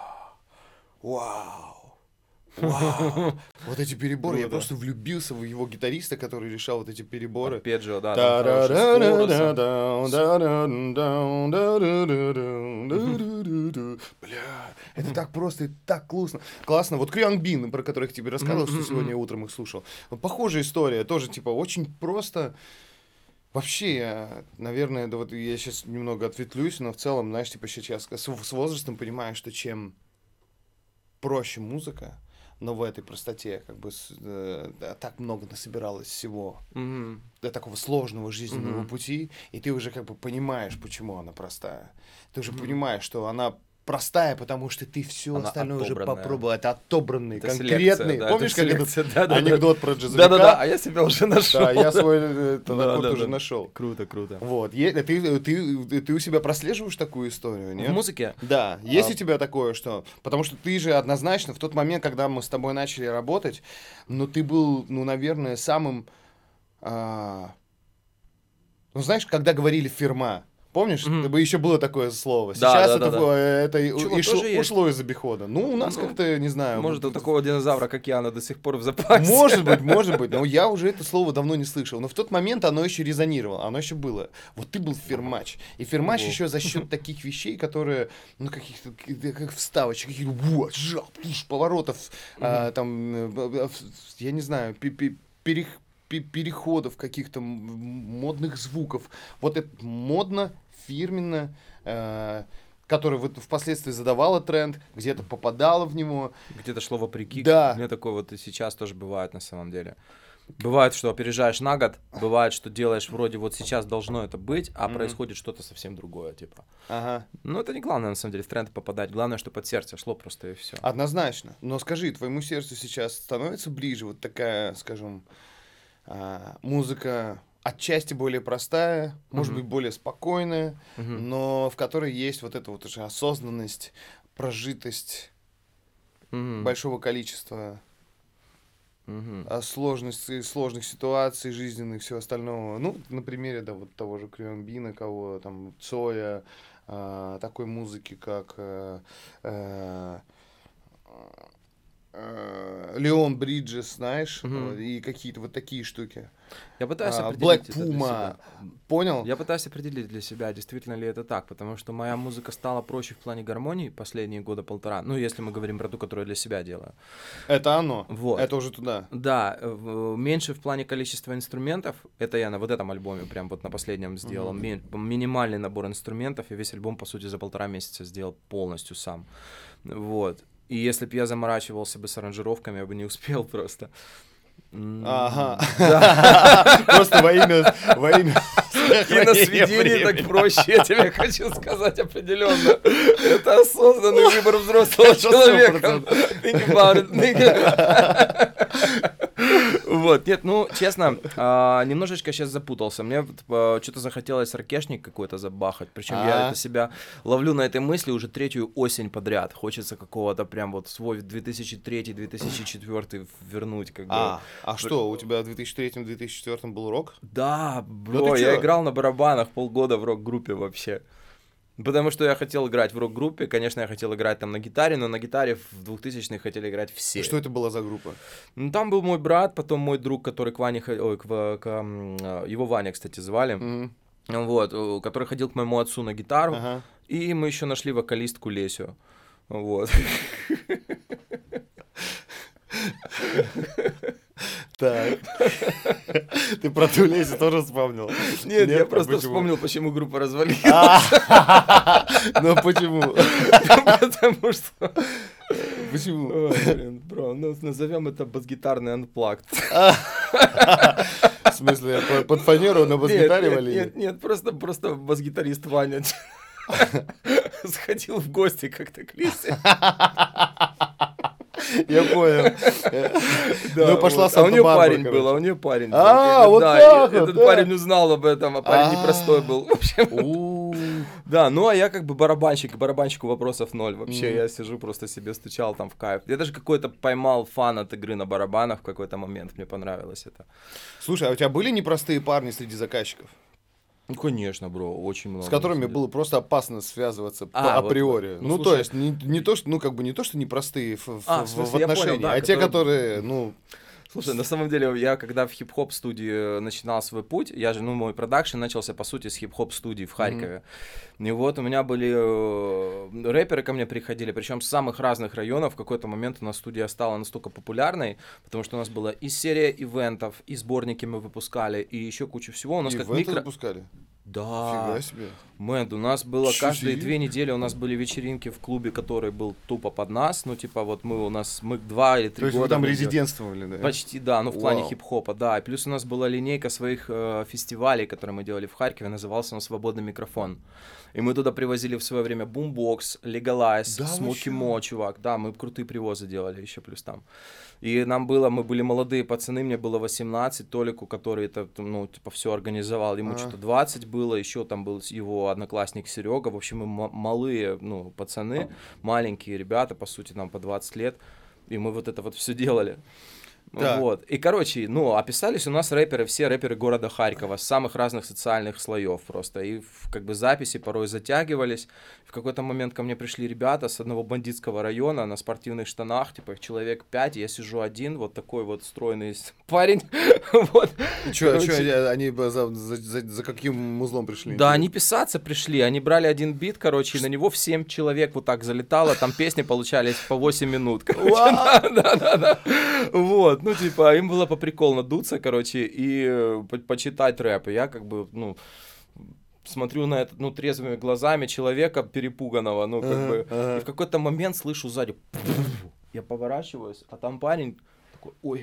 Вау! Вау! Вот эти переборы. Я просто влюбился в его гитариста, который решал вот эти переборы. Арпеджио, да. Бля, это так просто и так классно. Классно. Вот Крионг Бин, про которых тебе рассказывал, что сегодня утром их слушал. Похожая история. Тоже, типа, очень просто... Вообще, я, наверное, да вот я сейчас немного ответвлюсь, но в целом, знаешь, типа сейчас с, с возрастом понимаю, что чем проще музыка, но в этой простоте как бы э, да, так много насобиралось всего, mm-hmm. до такого сложного жизненного mm-hmm. пути, и ты уже как бы понимаешь, почему она простая. Ты уже mm-hmm. понимаешь, что она простая, потому что ты все она остальное уже отобранная. попробовал. Это отобранные, это конкретные. Селекция, да, помнишь, это как этот да, да, анекдот да. про джазовика? Да-да-да, а я себя уже нашел. Да, я свой этот да, аккорд да, уже да. нашел. Круто, круто. Вот. Е- ты, ты, ты у себя прослеживаешь такую историю, нет? В музыке? Да. Есть а... у тебя такое, что... Потому что ты же однозначно в тот момент, когда мы с тобой начали работать, ну, ты был, ну, наверное, самым... А... Ну, знаешь, когда говорили «фирма», помнишь? Mm-hmm. Еще было такое слово. Да, Сейчас да, это, да, да. это Чего, и шло, ушло из обихода. Ну, у нас ну, как-то, не знаю... Может, вот, у такого динозавра, как я, оно до сих пор в запасе. Может быть, может быть. Но я уже это слово давно не слышал. Но в тот момент оно еще резонировало. Оно еще было. Вот ты был фермач. И фермач еще за счет таких вещей, которые, ну, каких-то, как вставочек, каких-то вот, жал, пуш, поворотов, mm-hmm. а, там, я не знаю, перех переходов, каких-то модных звуков. Вот это модно, фирменно, э, которое вот впоследствии задавало тренд, где-то попадало в него. Где-то шло вопреки. Да. У меня такое вот и сейчас тоже бывает на самом деле. Бывает, что опережаешь на год, бывает, что делаешь вроде вот сейчас должно это быть, а mm-hmm. происходит что-то совсем другое, типа. Ага. Ну, это не главное, на самом деле, в тренд попадать. Главное, чтобы под сердце шло просто и все. Однозначно. Но скажи, твоему сердцу сейчас становится ближе вот такая, скажем, музыка отчасти более простая, uh-huh. может быть, более спокойная, uh-huh. но в которой есть вот эта вот уже осознанность, прожитость uh-huh. большого количества uh-huh. сложностей, сложных ситуаций жизненных, всего остального. Ну, на примере, да, вот того же Крионг Бина, кого там, Цоя, а, такой музыки, как... А, а, Леон Бриджес, знаешь, uh-huh. и какие-то вот такие штуки. Я пытаюсь а, определить Black Puma, понял? Я пытаюсь определить для себя, действительно ли это так, потому что моя музыка стала проще в плане гармонии последние года полтора, ну, если мы говорим про ту, которую я для себя делаю. Это оно, вот. Это уже туда. Да, меньше в плане количества инструментов, это я на вот этом альбоме, прям вот на последнем сделал, uh-huh. ми- минимальный набор инструментов, и весь альбом, по сути, за полтора месяца сделал полностью сам, вот. И если бы я заморачивался бы с аранжировками, я бы не успел просто. Ага. Просто во имя... во имя. И на сведении так проще, я тебе хочу сказать определенно. Это осознанный выбор взрослого человека. Think about it, nigga. Вот, нет, ну, честно, а, немножечко сейчас запутался. Мне а, что-то захотелось ракешник какой-то забахать. Причем А-а-а. я это себя ловлю на этой мысли уже третью осень подряд. Хочется какого-то прям вот свой две тысячи третий - две тысячи четвёртый вернуть. Как бы. А, а что, у тебя в две тысячи третьем - две тысячи четвёртом был рок? Да, бро, я играл на барабанах полгода в рок-группе вообще. Потому что я хотел играть в рок-группе, конечно, я хотел играть там на гитаре, но на гитаре в двухтысячных хотели играть все. Что это была за группа? Ну, там был мой брат, потом мой друг, который к Ване, ой, к, к, к, его Ваня, кстати, звали, mm-hmm. вот, который ходил к моему отцу на гитару, uh-huh. и мы еще нашли вокалистку Лесю, вот. Так. Ты про ту Лесю тоже вспомнил? Нет, Нет я просто почему? вспомнил, почему группа развалилась. Ну почему? Потому что... Почему? Ой, блин, бро, ну назовем это бас-гитарный Unplugged. В смысле, по- под фанеру на бас-гитаре Нет, валили? нет, нет, просто, просто бас-гитарист Ваня сходил в гости как-то к Лисе. Я понял. Да, Ну, пошла вот. А у нее Санта-Барбара, парень был, короче. а у нее парень был. А, Как бы, вот да, так и вот, этот да. парень узнал об этом, а парень А. непростой был. В общем, У. да, ну а я как бы барабанщик, барабанщику вопросов ноль. Вообще Мгм. я сижу, просто себе стучал там в кайф. Я даже какой-то поймал фан от игры на барабанах в какой-то момент, мне понравилось это. Слушай, а у тебя были непростые парни среди заказчиков, Ну, конечно, бро, очень много. с которыми на самом было просто опасно связываться по- А, вот, априори? вот. Ну, Ну, то слушай. есть, не, не то, что, ну, как бы не то, что непростые в, в- А, в в- смысле, в я понял, отношениях, да, а те, которые- которые, ну, деле. Слушай, на самом деле, я когда в хип-хоп студии начинал свой путь, я же, ну, мой продакшн начался, по сути, с хип-хоп студии в Харькове. И вот у меня были э, рэперы ко мне приходили, причем с самых разных районов. В какой-то момент у нас студия стала настолько популярной, потому что у нас была и серия ивентов, и сборники мы выпускали, и еще кучу всего. У нас как ивенты микро... запускали. Да, Фига себе. Мэн, у нас было Чё каждые себе? две недели у нас были вечеринки в клубе, который был тупо под нас. Ну, типа, вот мы у нас, мы два или три То есть года... вы там были- резидентствовали, да? Почти, да, ну в плане Вау. хип-хопа, да. И плюс у нас была линейка своих э, фестивалей, которые мы делали в Харькове, назывался он «Свободный микрофон». И мы туда привозили в свое время Boombox, Legalize, Да вы Смоки чё? Мо, чувак. Да, мы крутые привозы делали еще плюс там. И нам было, мы были молодые пацаны, мне было восемнадцать, Толику, который это, ну, типа, все организовал, ему Ага. что-то двадцать было, еще там был его одноклассник Серега. В общем, мы м- малые, ну, пацаны, маленькие ребята, по сути, нам по двадцать лет. И мы вот это вот все делали. Так. Вот. И, короче, ну, описались у нас рэперы, все рэперы города Харькова, с самых разных социальных слоев просто. И в- как бы записи порой затягивались. В какой-то момент ко мне пришли ребята с одного бандитского района на спортивных штанах, типа их человек пять, я сижу один, вот такой вот стройный с- парень. Вот. Че, Короче, они бы за, за- за- за каким узлом пришли? Да, они интересно? писаться пришли, они брали один бит, короче, и на него в семь человек вот так залетало, там песни получались по восемь минут, короче, да, да, да, да, вот, ну, типа, им было по приколу надуться, короче, и э, по- почитать рэп, и я как бы, ну, смотрю на это, ну, трезвыми глазами человека перепуганного, ну, как Ага, бы, ага. и в какой-то момент слышу сзади, я поворачиваюсь, а там парень такой, ой,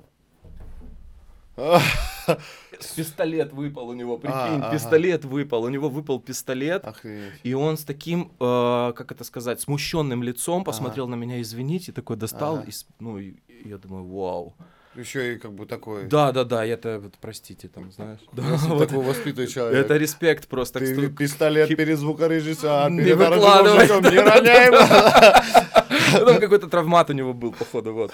пистолет выпал у него, прикинь, А, ага. пистолет выпал, у него выпал пистолет, Охренеть. и он с таким, э, как это сказать, смущенным лицом посмотрел на меня, извините, такой достал, Ага. и, с- ну, и, и я думаю, вау. Еще и как бы такой. Да, да, да, это, вот, простите, там, знаешь. Да, Если вот. такой воспитанный человек. Это респект просто. к Ты сту- пистолет хип- перед звукорежиссером, Не перед выкладывай. аранжировщиком, не роняй его. Там какой-то травмат у него был, походу, вот.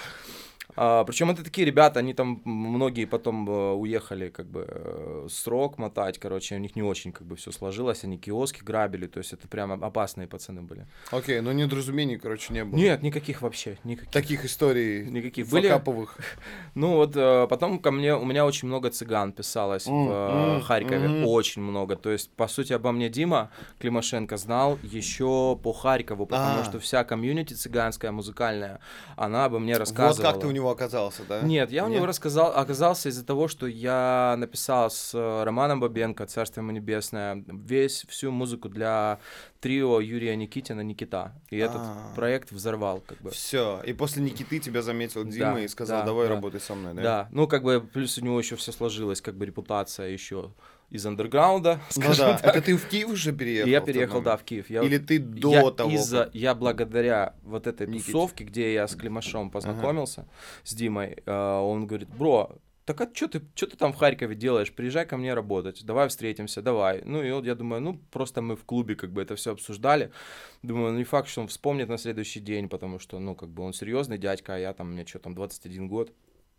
А, причем это такие ребята, они там м, многие потом э, уехали, как бы, э, срок мотать, короче, у них не очень, как бы, все сложилось, они киоски грабили, то есть это прям опасные пацаны были. Окей, ну недоразумений, короче, не было. Нет, никаких вообще, никаких. Таких историй Никаких. Были, факаповых. ну вот, э, потом ко мне, у меня очень много цыган писалось М, в э, м, Харькове, мгм. очень много, то есть, по сути, обо мне Дима Климашенко знал еще по Харькову, потому А. что вся комьюнити цыганская, музыкальная, она обо мне Вот рассказывала. как ты у него оказался, да? Нет, я у него рассказал, оказался из-за того, что я написал с э, Романом Бабенко, царство ему небесное, весь, всю музыку для трио Юрия Никитина «Никита». И этот А. проект взорвал, как бы. Все. И после Никиты тебя заметил Дима Да, и сказал, да, давай да. работай со мной, да? Да, ну как бы плюс у него еще все сложилось, как бы репутация еще из андерграунда, Ну скажем да. так. Это ты в Киев уже переехал? И я в тот переехал, момент? да, в Киев. Я, Или ты до я того? из-за, как- я благодаря вот этой Никите. тусовке, где я с Климашом познакомился, с Димой, э, он говорит, бро, так а что ты, чё ты там в Харькове делаешь? Приезжай ко мне работать, давай встретимся, давай. Ну и вот я думаю, ну просто мы в клубе как бы это все обсуждали. Думаю, ну не факт, что он вспомнит на следующий день, потому что, ну как бы он серьезный дядька, а я там, мне что там, двадцать один год.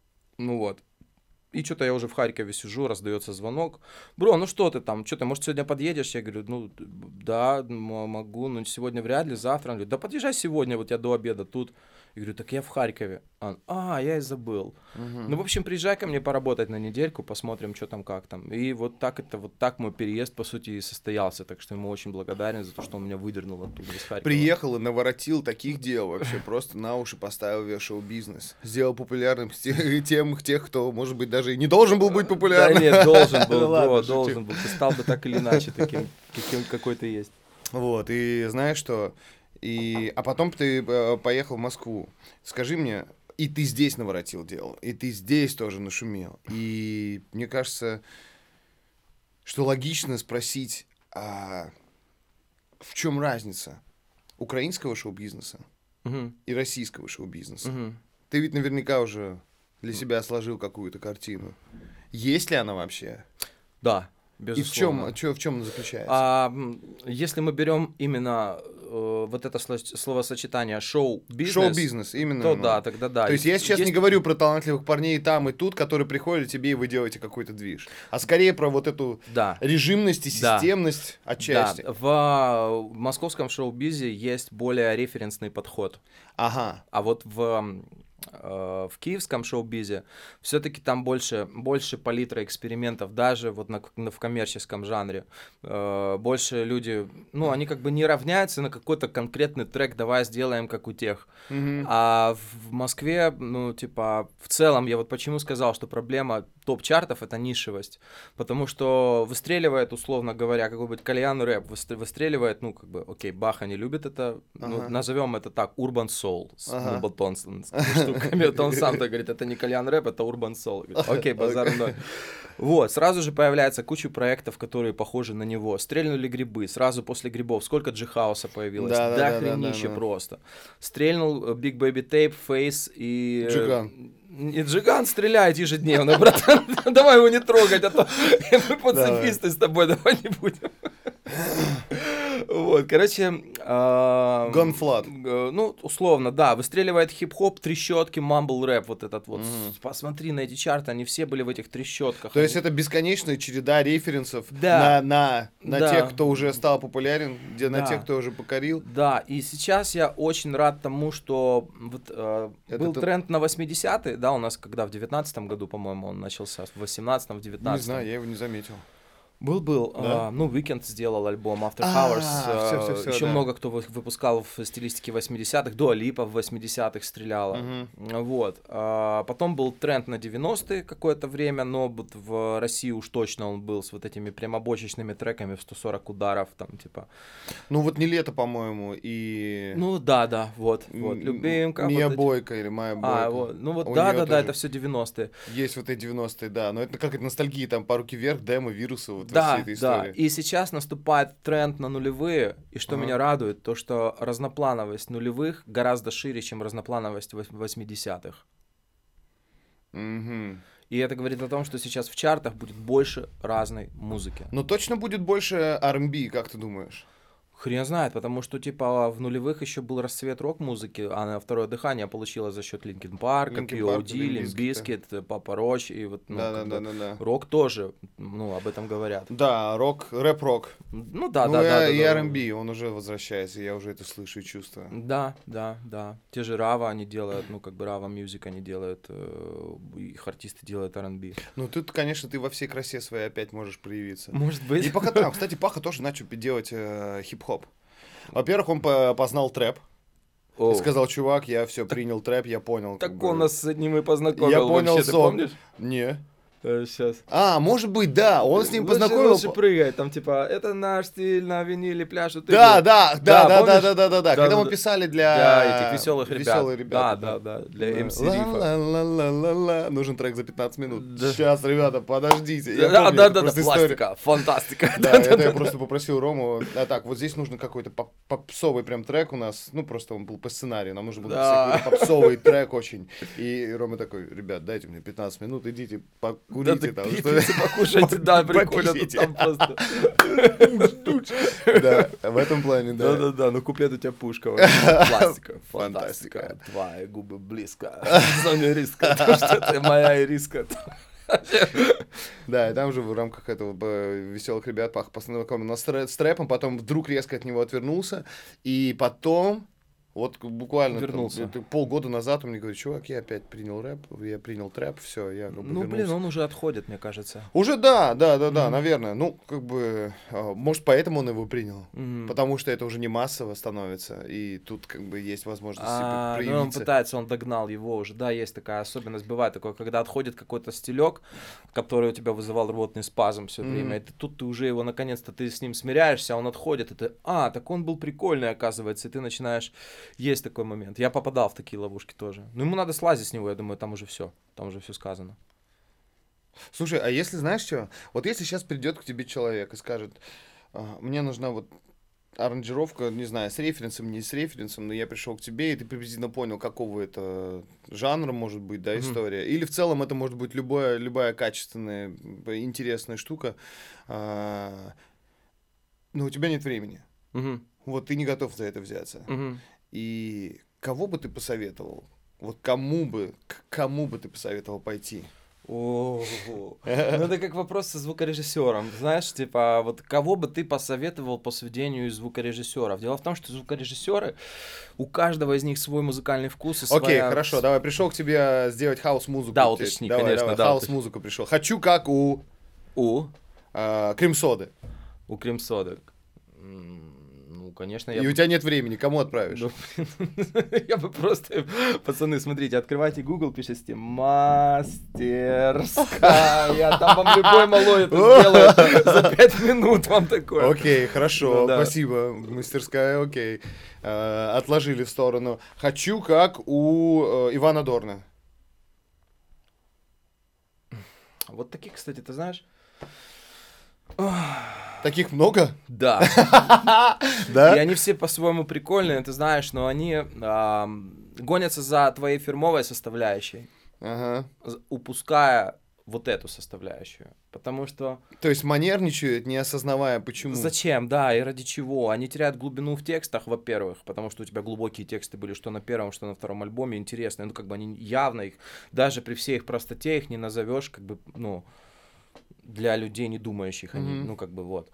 Ну вот. И что-то я уже в Харькове сижу, раздается звонок. Бро, ну что ты там, что ты, может, сегодня подъедешь? Я говорю, ну, да, м- могу, но сегодня вряд ли, завтра. Он говорит, да подъезжай сегодня, вот я до обеда тут. Я говорю, так я в Харькове. Он, а, я и забыл. Мгм. Ну, в общем, приезжай ко мне поработать на недельку, посмотрим, что там, как там. И вот так это, вот так мой переезд, по сути, и состоялся. Так что ему очень благодарен за то, что он меня выдернул оттуда из Харькова. Приехал и наворотил таких дел вообще, просто на уши поставил весь шоу-бизнес. Сделал популярным те- тем, тех, кто, может быть, даже и не должен был быть Да популярным. нет, должен был, Ну ладно, бро, шучу. должен был. Ты стал бы так или иначе таким, каким какой ты есть. Вот, и знаешь что? И... А потом ты э, поехал в Москву. Скажи мне, и ты здесь наворотил дело, и ты здесь тоже нашумел. И мне кажется, что логично спросить, а в чем разница украинского шоу-бизнеса Мгм. и российского шоу-бизнеса? Мгм. Ты ведь наверняка уже для себя сложил какую-то картину. Есть ли она вообще? Да, И в безусловно. чем, чё- в чем она заключается? А, м, если мы берем именно э, вот это сло- словосочетание шоу-бизнес, Шоу-бизнес, именно. то ну. да, тогда да. То есть я сейчас Есть- не говорю про талантливых парней и там, и тут, которые приходят к тебе, и вы делаете какой-то движ. А скорее про вот эту Да. режимность и Да. системность отчасти. Да, в московском шоу-бизе есть более референсный подход. Ага. А вот в, м, э, в киевском шоу-бизе все-таки там больше, больше палитра экспериментов, даже вот на, на- в коммерческом жанре. Э, больше люди, ну, они как бы не равняются на какой-то конкретный трек, давай сделаем как у тех. Мгм. А в Москве, ну, типа, в целом, я вот почему сказал, что проблема топ-чартов — это нишевость. Потому что выстреливает, условно говоря, какой-нибудь кальян рэп, выстр- выстреливает, ну, как бы, окей, Баха не любит это, ну, Ага. назовем это так, урбан соул с Ага. Мумблтонскими штуками. Это он сам так говорит, это не кальян рэп, это урбан соул. Окей, базар ноль. Вот, сразу же появляется куча проектов, которые похожи на него. Стрельнули грибы, сразу после грибов. Сколько джихауса появилось? Да, да, Да, да, да, хренище да, да. просто. Стрельнул э, Big Baby Tape, Face и... э, Джиган. И Джиган стреляет ежедневно, братан. Давай его не трогать, а то мы пацифисты с тобой, давай не будем. Вот, короче... а, Gunflat. г- Ну, условно, да, выстреливает хип-хоп, трещотки, мамбл рэп, вот этот вот. Мгм. Посмотри на эти чарты, они все были в этих трещотках. То есть это бесконечная череда референсов Да. на, на, на Да. тех, кто уже стал популярен, где на Да. тех, кто уже покорил. Да, и сейчас я очень рад тому, что вот, э, Это был ты- тренд на восьмидесятые, да, у нас когда в девятнадцатом году, по-моему, он начался, в восемнадцатом, в Не девятнадцатом. знаю, я его не заметил. Был-был. Да? а, ну, Weeknd сделал альбом After А, Hours. всё, всё, всё, Еще да. много кто вы- выпускал в стилистике восьмидесятых. Дуа Липа в восьмидесятых стреляла. Мгм. Вот. А, потом был тренд на девяностые какое-то время, но вот в России уж точно он был с вот этими прямобочечными треками в сто сорок ударов, там, типа. Ну вот не лето, по-моему, и... Ну, да, да, вот, вот. м, Любимка. Мия вот эти- Бойко или Майя Бойко. А, вот, ну вот, У да, неё да, да, тоже это все девяностые. Есть вот эти девяностые, да. Но это как это ностальгия, там по руки вверх, демо, вирусы, вот во Да, всей этой да. истории. И сейчас наступает тренд на нулевые, и что Ага. меня радует, то что разноплановость нулевых гораздо шире, чем разноплановость вось- восьмидесятых. Мгм. И это говорит о том, что сейчас в чартах будет больше разной музыки. Но точно будет больше ар энд би, как ты думаешь? Хрен знает, потому что, типа, в нулевых еще был расцвет рок-музыки, а на второе дыхание получила за счет Линкин Парка, Linkin пи Park, о ди, Limp Лимп Бизкит, Папа Роч, и вот, ну, Да, да, как да, бы да, да. рок тоже, ну, об этом говорят. Да, рок, рэп-рок. Ну, да, ну да, и, да, да. и да. ар энд би, он уже возвращается, я уже это слышу и чувствую. Да, да, да. Те же Рава они делают, ну, как бы Рава Мьюзик они делают, э, их артисты делают ар энд би. Ну тут, конечно, ты во всей красе своей опять можешь проявиться. Может быть. И пока там, кстати, Паха тоже начал делать э, хип-хоп. Во-первых, он по- познал трэп. О, И сказал, чувак, я все принял трэп, я понял. как так бы. он нас с одним и познакомил. Я понял вообще, ты сон. помнишь? Не. Сейчас. А, может быть, да, он с ним Лучше- познакомил. Лучше прыгай, там типа, это наш стиль на виниле пляж. вот Да, это. да, да, Да, да, да, помнишь? да, да, да, да. Да, Когда да, мы да. писали для Для этих веселых ребят. веселые ребята. Да, да, да, для эм си Ла- Рифа. ла- ла- ла- ла- ла. Нужен трек за пятнадцать минут. Да. Сейчас, ребята, подождите. Я Да, помню, да, это да, да, просто история. пластика, фантастика. Да, это я просто попросил Рому. А так, вот здесь нужно какой-то поп- попсовый прям трек у нас. Ну, просто он был по сценарию. Нам нужно было Да. написать какой-то попсовый трек очень. И Рома такой, ребят, дайте мне пятнадцать минут, идите, Да, покурите так там. пиццы покушайте, да, прикольно, тут Попейте. там просто... Да, в этом плане, да. Да-да-да, ну куплет у тебя пушка. вообще. Пластика, Фантастика. фантастика. Твои губы близко. В зоне риска. То, что ты моя ириска. Да, и там же в рамках этого э, веселых ребят Паха познакомил нас с тре- с трэпом, потом вдруг резко от него отвернулся, и потом, вот буквально там, Вернулся. это полгода назад он мне говорит, чувак, я опять принял рэп, я принял трэп, все, я как бы Ну, блин, вернулся». он уже отходит, мне кажется. Уже да, да, да, да, Мгм. наверное. Ну, как бы, а, может, поэтому он его принял. Мгм. Потому что это уже не массово становится, и тут как бы есть возможность А, себе ну, он проявиться. пытается, он догнал его уже. Да, есть такая особенность. Бывает такое, когда отходит какой-то стилек, который у тебя вызывал рвотный спазм все Мгм. время. И ты, тут ты уже его, наконец-то, ты с ним смиряешься, а он отходит, и ты, а, так он был прикольный, оказывается. И ты начинаешь Есть такой момент. Я попадал в такие ловушки тоже. Но ему надо слазить с него, я думаю, там уже все. Там уже все сказано. Слушай, а если, знаешь что, вот если сейчас придет к тебе человек и скажет, «А, мне нужна вот аранжировка, не знаю, с референсом, не с референсом, но я пришел к тебе, и ты приблизительно понял, какого это жанра может быть, да, история. Mm-hmm. Или в целом это может быть любая, любая качественная, интересная штука, а, но у тебя нет времени. Mm-hmm. Вот ты не готов за это взяться. Mm-hmm. И кого бы ты посоветовал? Вот кому бы, к кому бы ты посоветовал пойти? О, ну это как вопрос со звукорежиссером. Знаешь, типа, вот кого бы ты посоветовал по сведению из звукорежиссеров? Дело в том, что звукорежиссеры, у каждого из них свой музыкальный вкус и своя... Окей, хорошо, давай, пришел к тебе сделать хаус-музыку. Да, уточни, давай, конечно, давай, да. Хаус-музыку пришел. Хочу как у... У? А, Крем-соды. У Крем-соды. Ну, конечно, я... И у тебя нет времени, кому отправишь? Я бы просто... Пацаны, смотрите, открывайте Google, пишите мастерская. Там вам любой малой это сделает за пять минут вам такое. Окей, хорошо, спасибо. Мастерская, окей. Отложили в сторону. Хочу как у Ивана Дорна. Вот таких, кстати, ты знаешь... Таких много? Да. Да? И они все по-своему прикольные, ты знаешь, но они э, гонятся за твоей фирмовой составляющей, ага. упуская вот эту составляющую. Потому что... То есть манерничают, не осознавая, почему. Зачем, да, и ради чего. Они теряют глубину в текстах, во-первых, потому что у тебя глубокие тексты были что на первом, что на втором альбоме, интересные. Ну, как бы они явно их, даже при всей их простоте, их не назовешь, как бы, ну... для людей, не думающих, они, mm-hmm. ну, как бы, вот.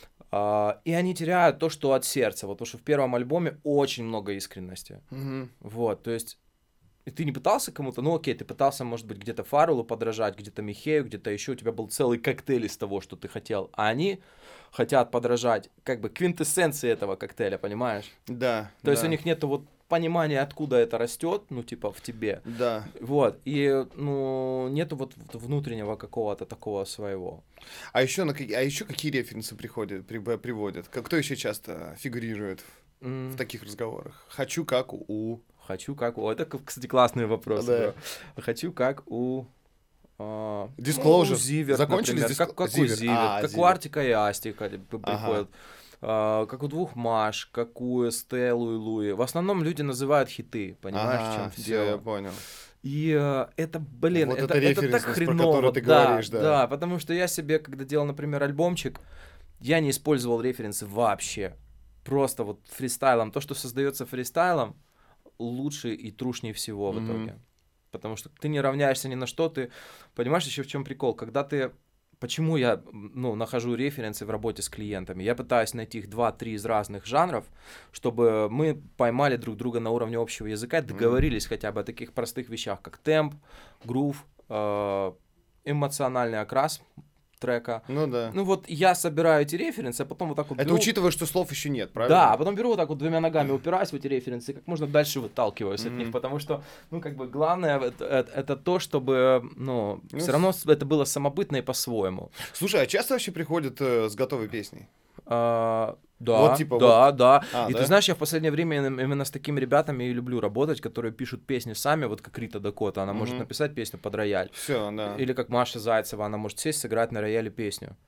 А, и они теряют то, что от сердца, вот, потому что в первом альбоме очень много искренности. Mm-hmm. Вот, то есть, и ты не пытался кому-то, ну, окей, ты пытался, может быть, где-то Фарреллу подражать, где-то Михею, где-то еще, у тебя был целый коктейль из того, что ты хотел, а они хотят подражать, как бы, квинтэссенции этого коктейля, понимаешь? Да. То да. есть, у них нету вот понимания, откуда это растет, ну, типа, в тебе. Да. Вот, и, ну, нету вот внутреннего какого-то такого своего. А еще, на, а еще какие референсы приходят, при, приводят? Кто еще часто фигурирует mm. в таких разговорах? Хочу как у... Хочу как у... Это, кстати, классный вопрос. Да. Хочу как у... Disclosure. Ну, у Зиверт, Закончились например. Как, как у Зиверт, а, как Зиверт. У Артика и Асти приходят. Ага. Uh, как у двух Маш, как у Эстеллу и Луи. В основном люди называют хиты, понимаешь, ага, в чем все, дело? Я понял. И uh, это, блин, вот это, это, это так хреново. Ты да, говоришь, да. да, потому что я себе, когда делал, например, альбомчик, я не использовал референсы вообще. Просто вот фристайлом. То, что создается фристайлом, лучше и трушнее всего в mm-hmm. итоге. Потому что ты не равняешься ни на что, ты понимаешь еще в чем прикол, когда ты... Почему я, ну, нахожу референсы в работе с клиентами? Я пытаюсь найти их два-три из разных жанров, чтобы мы поймали друг друга на уровне общего языка, договорились mm-hmm. хотя бы о таких простых вещах, как темп, грув, э, эмоциональный окрас трека. Ну да. Ну вот я собираю эти референсы, а потом вот так вот... Это беру... учитывая, что слов еще нет, правильно? Да, а потом беру вот так вот двумя ногами, упираюсь в эти референсы, и как можно дальше выталкиваюсь mm-hmm. от них, потому что, ну, как бы, главное это, это, это то, чтобы, ну, ну, все равно это было самобытно и по-своему. Слушай, а часто вообще приходят э, с готовой песней? А, да, вот, типа, да, вот... да. А, и да? ты знаешь, я в последнее время именно с такими ребятами и люблю работать, которые пишут песни сами, вот как Рита Дакота, она mm-hmm. может написать песню под рояль. Все, да. Или как Маша Зайцева, она может сесть, сыграть на рояле песню.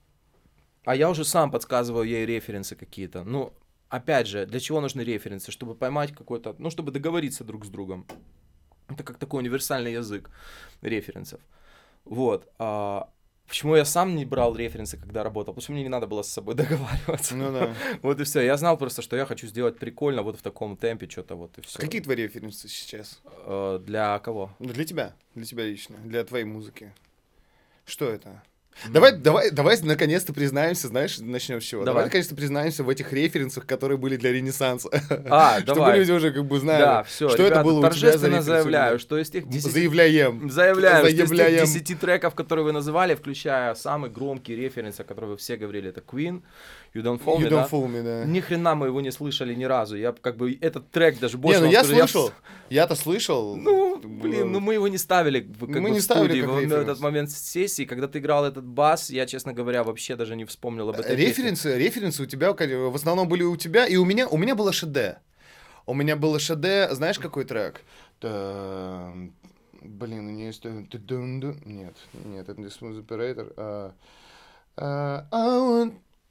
А я уже сам подсказываю ей референсы какие-то. Ну, опять же, для чего нужны референсы? Чтобы поймать какой-то... Ну, чтобы договориться друг с другом. Это как такой универсальный язык референсов. Вот. А почему я сам не брал референсы, когда работал? Потому что мне не надо было с собой договариваться. Ну да. Вот и все. Я знал просто, что я хочу сделать прикольно вот в таком темпе что-то вот и все. Какие твои референсы сейчас? А, для кого? Для тебя. Для тебя лично. Для твоей музыки. Что это? Mm. Давай, давай, давай наконец-то признаемся, знаешь, начнем с чего. Давай, давай наконец-то признаемся в этих референсах, которые были для Ренессанса. А, Чтобы давай. люди уже как бы знали, да, все, что ребята, это было у тебя за референсы. заявляю, что из тех десяти... Заявляем. Заявляем, Заявляем. что из тех десяти треков, которые вы называли, включая самый громкий референс, о котором вы все говорили, это Queen, You Don't Fool Me, You да? Don't Fool Me, да. Ни хрена мы его не слышали ни разу. Я как бы этот трек даже больше... Не, ну я скажу, слышал. Я... Я-то слышал. Ну, блин, ну мы его не ставили как мы бы не в студии. В этот момент сессии, когда ты играл этот бас, я, честно говоря, вообще даже не вспомнил об этом. Референсы, референсы у тебя в основном были у тебя, и у меня, у меня было ШД. У меня было ШД, знаешь, какой трек? Та- Блин, у нее есть... Ту-дун-ду- Нет, нет, это не Smooth Operator. а, а, I want-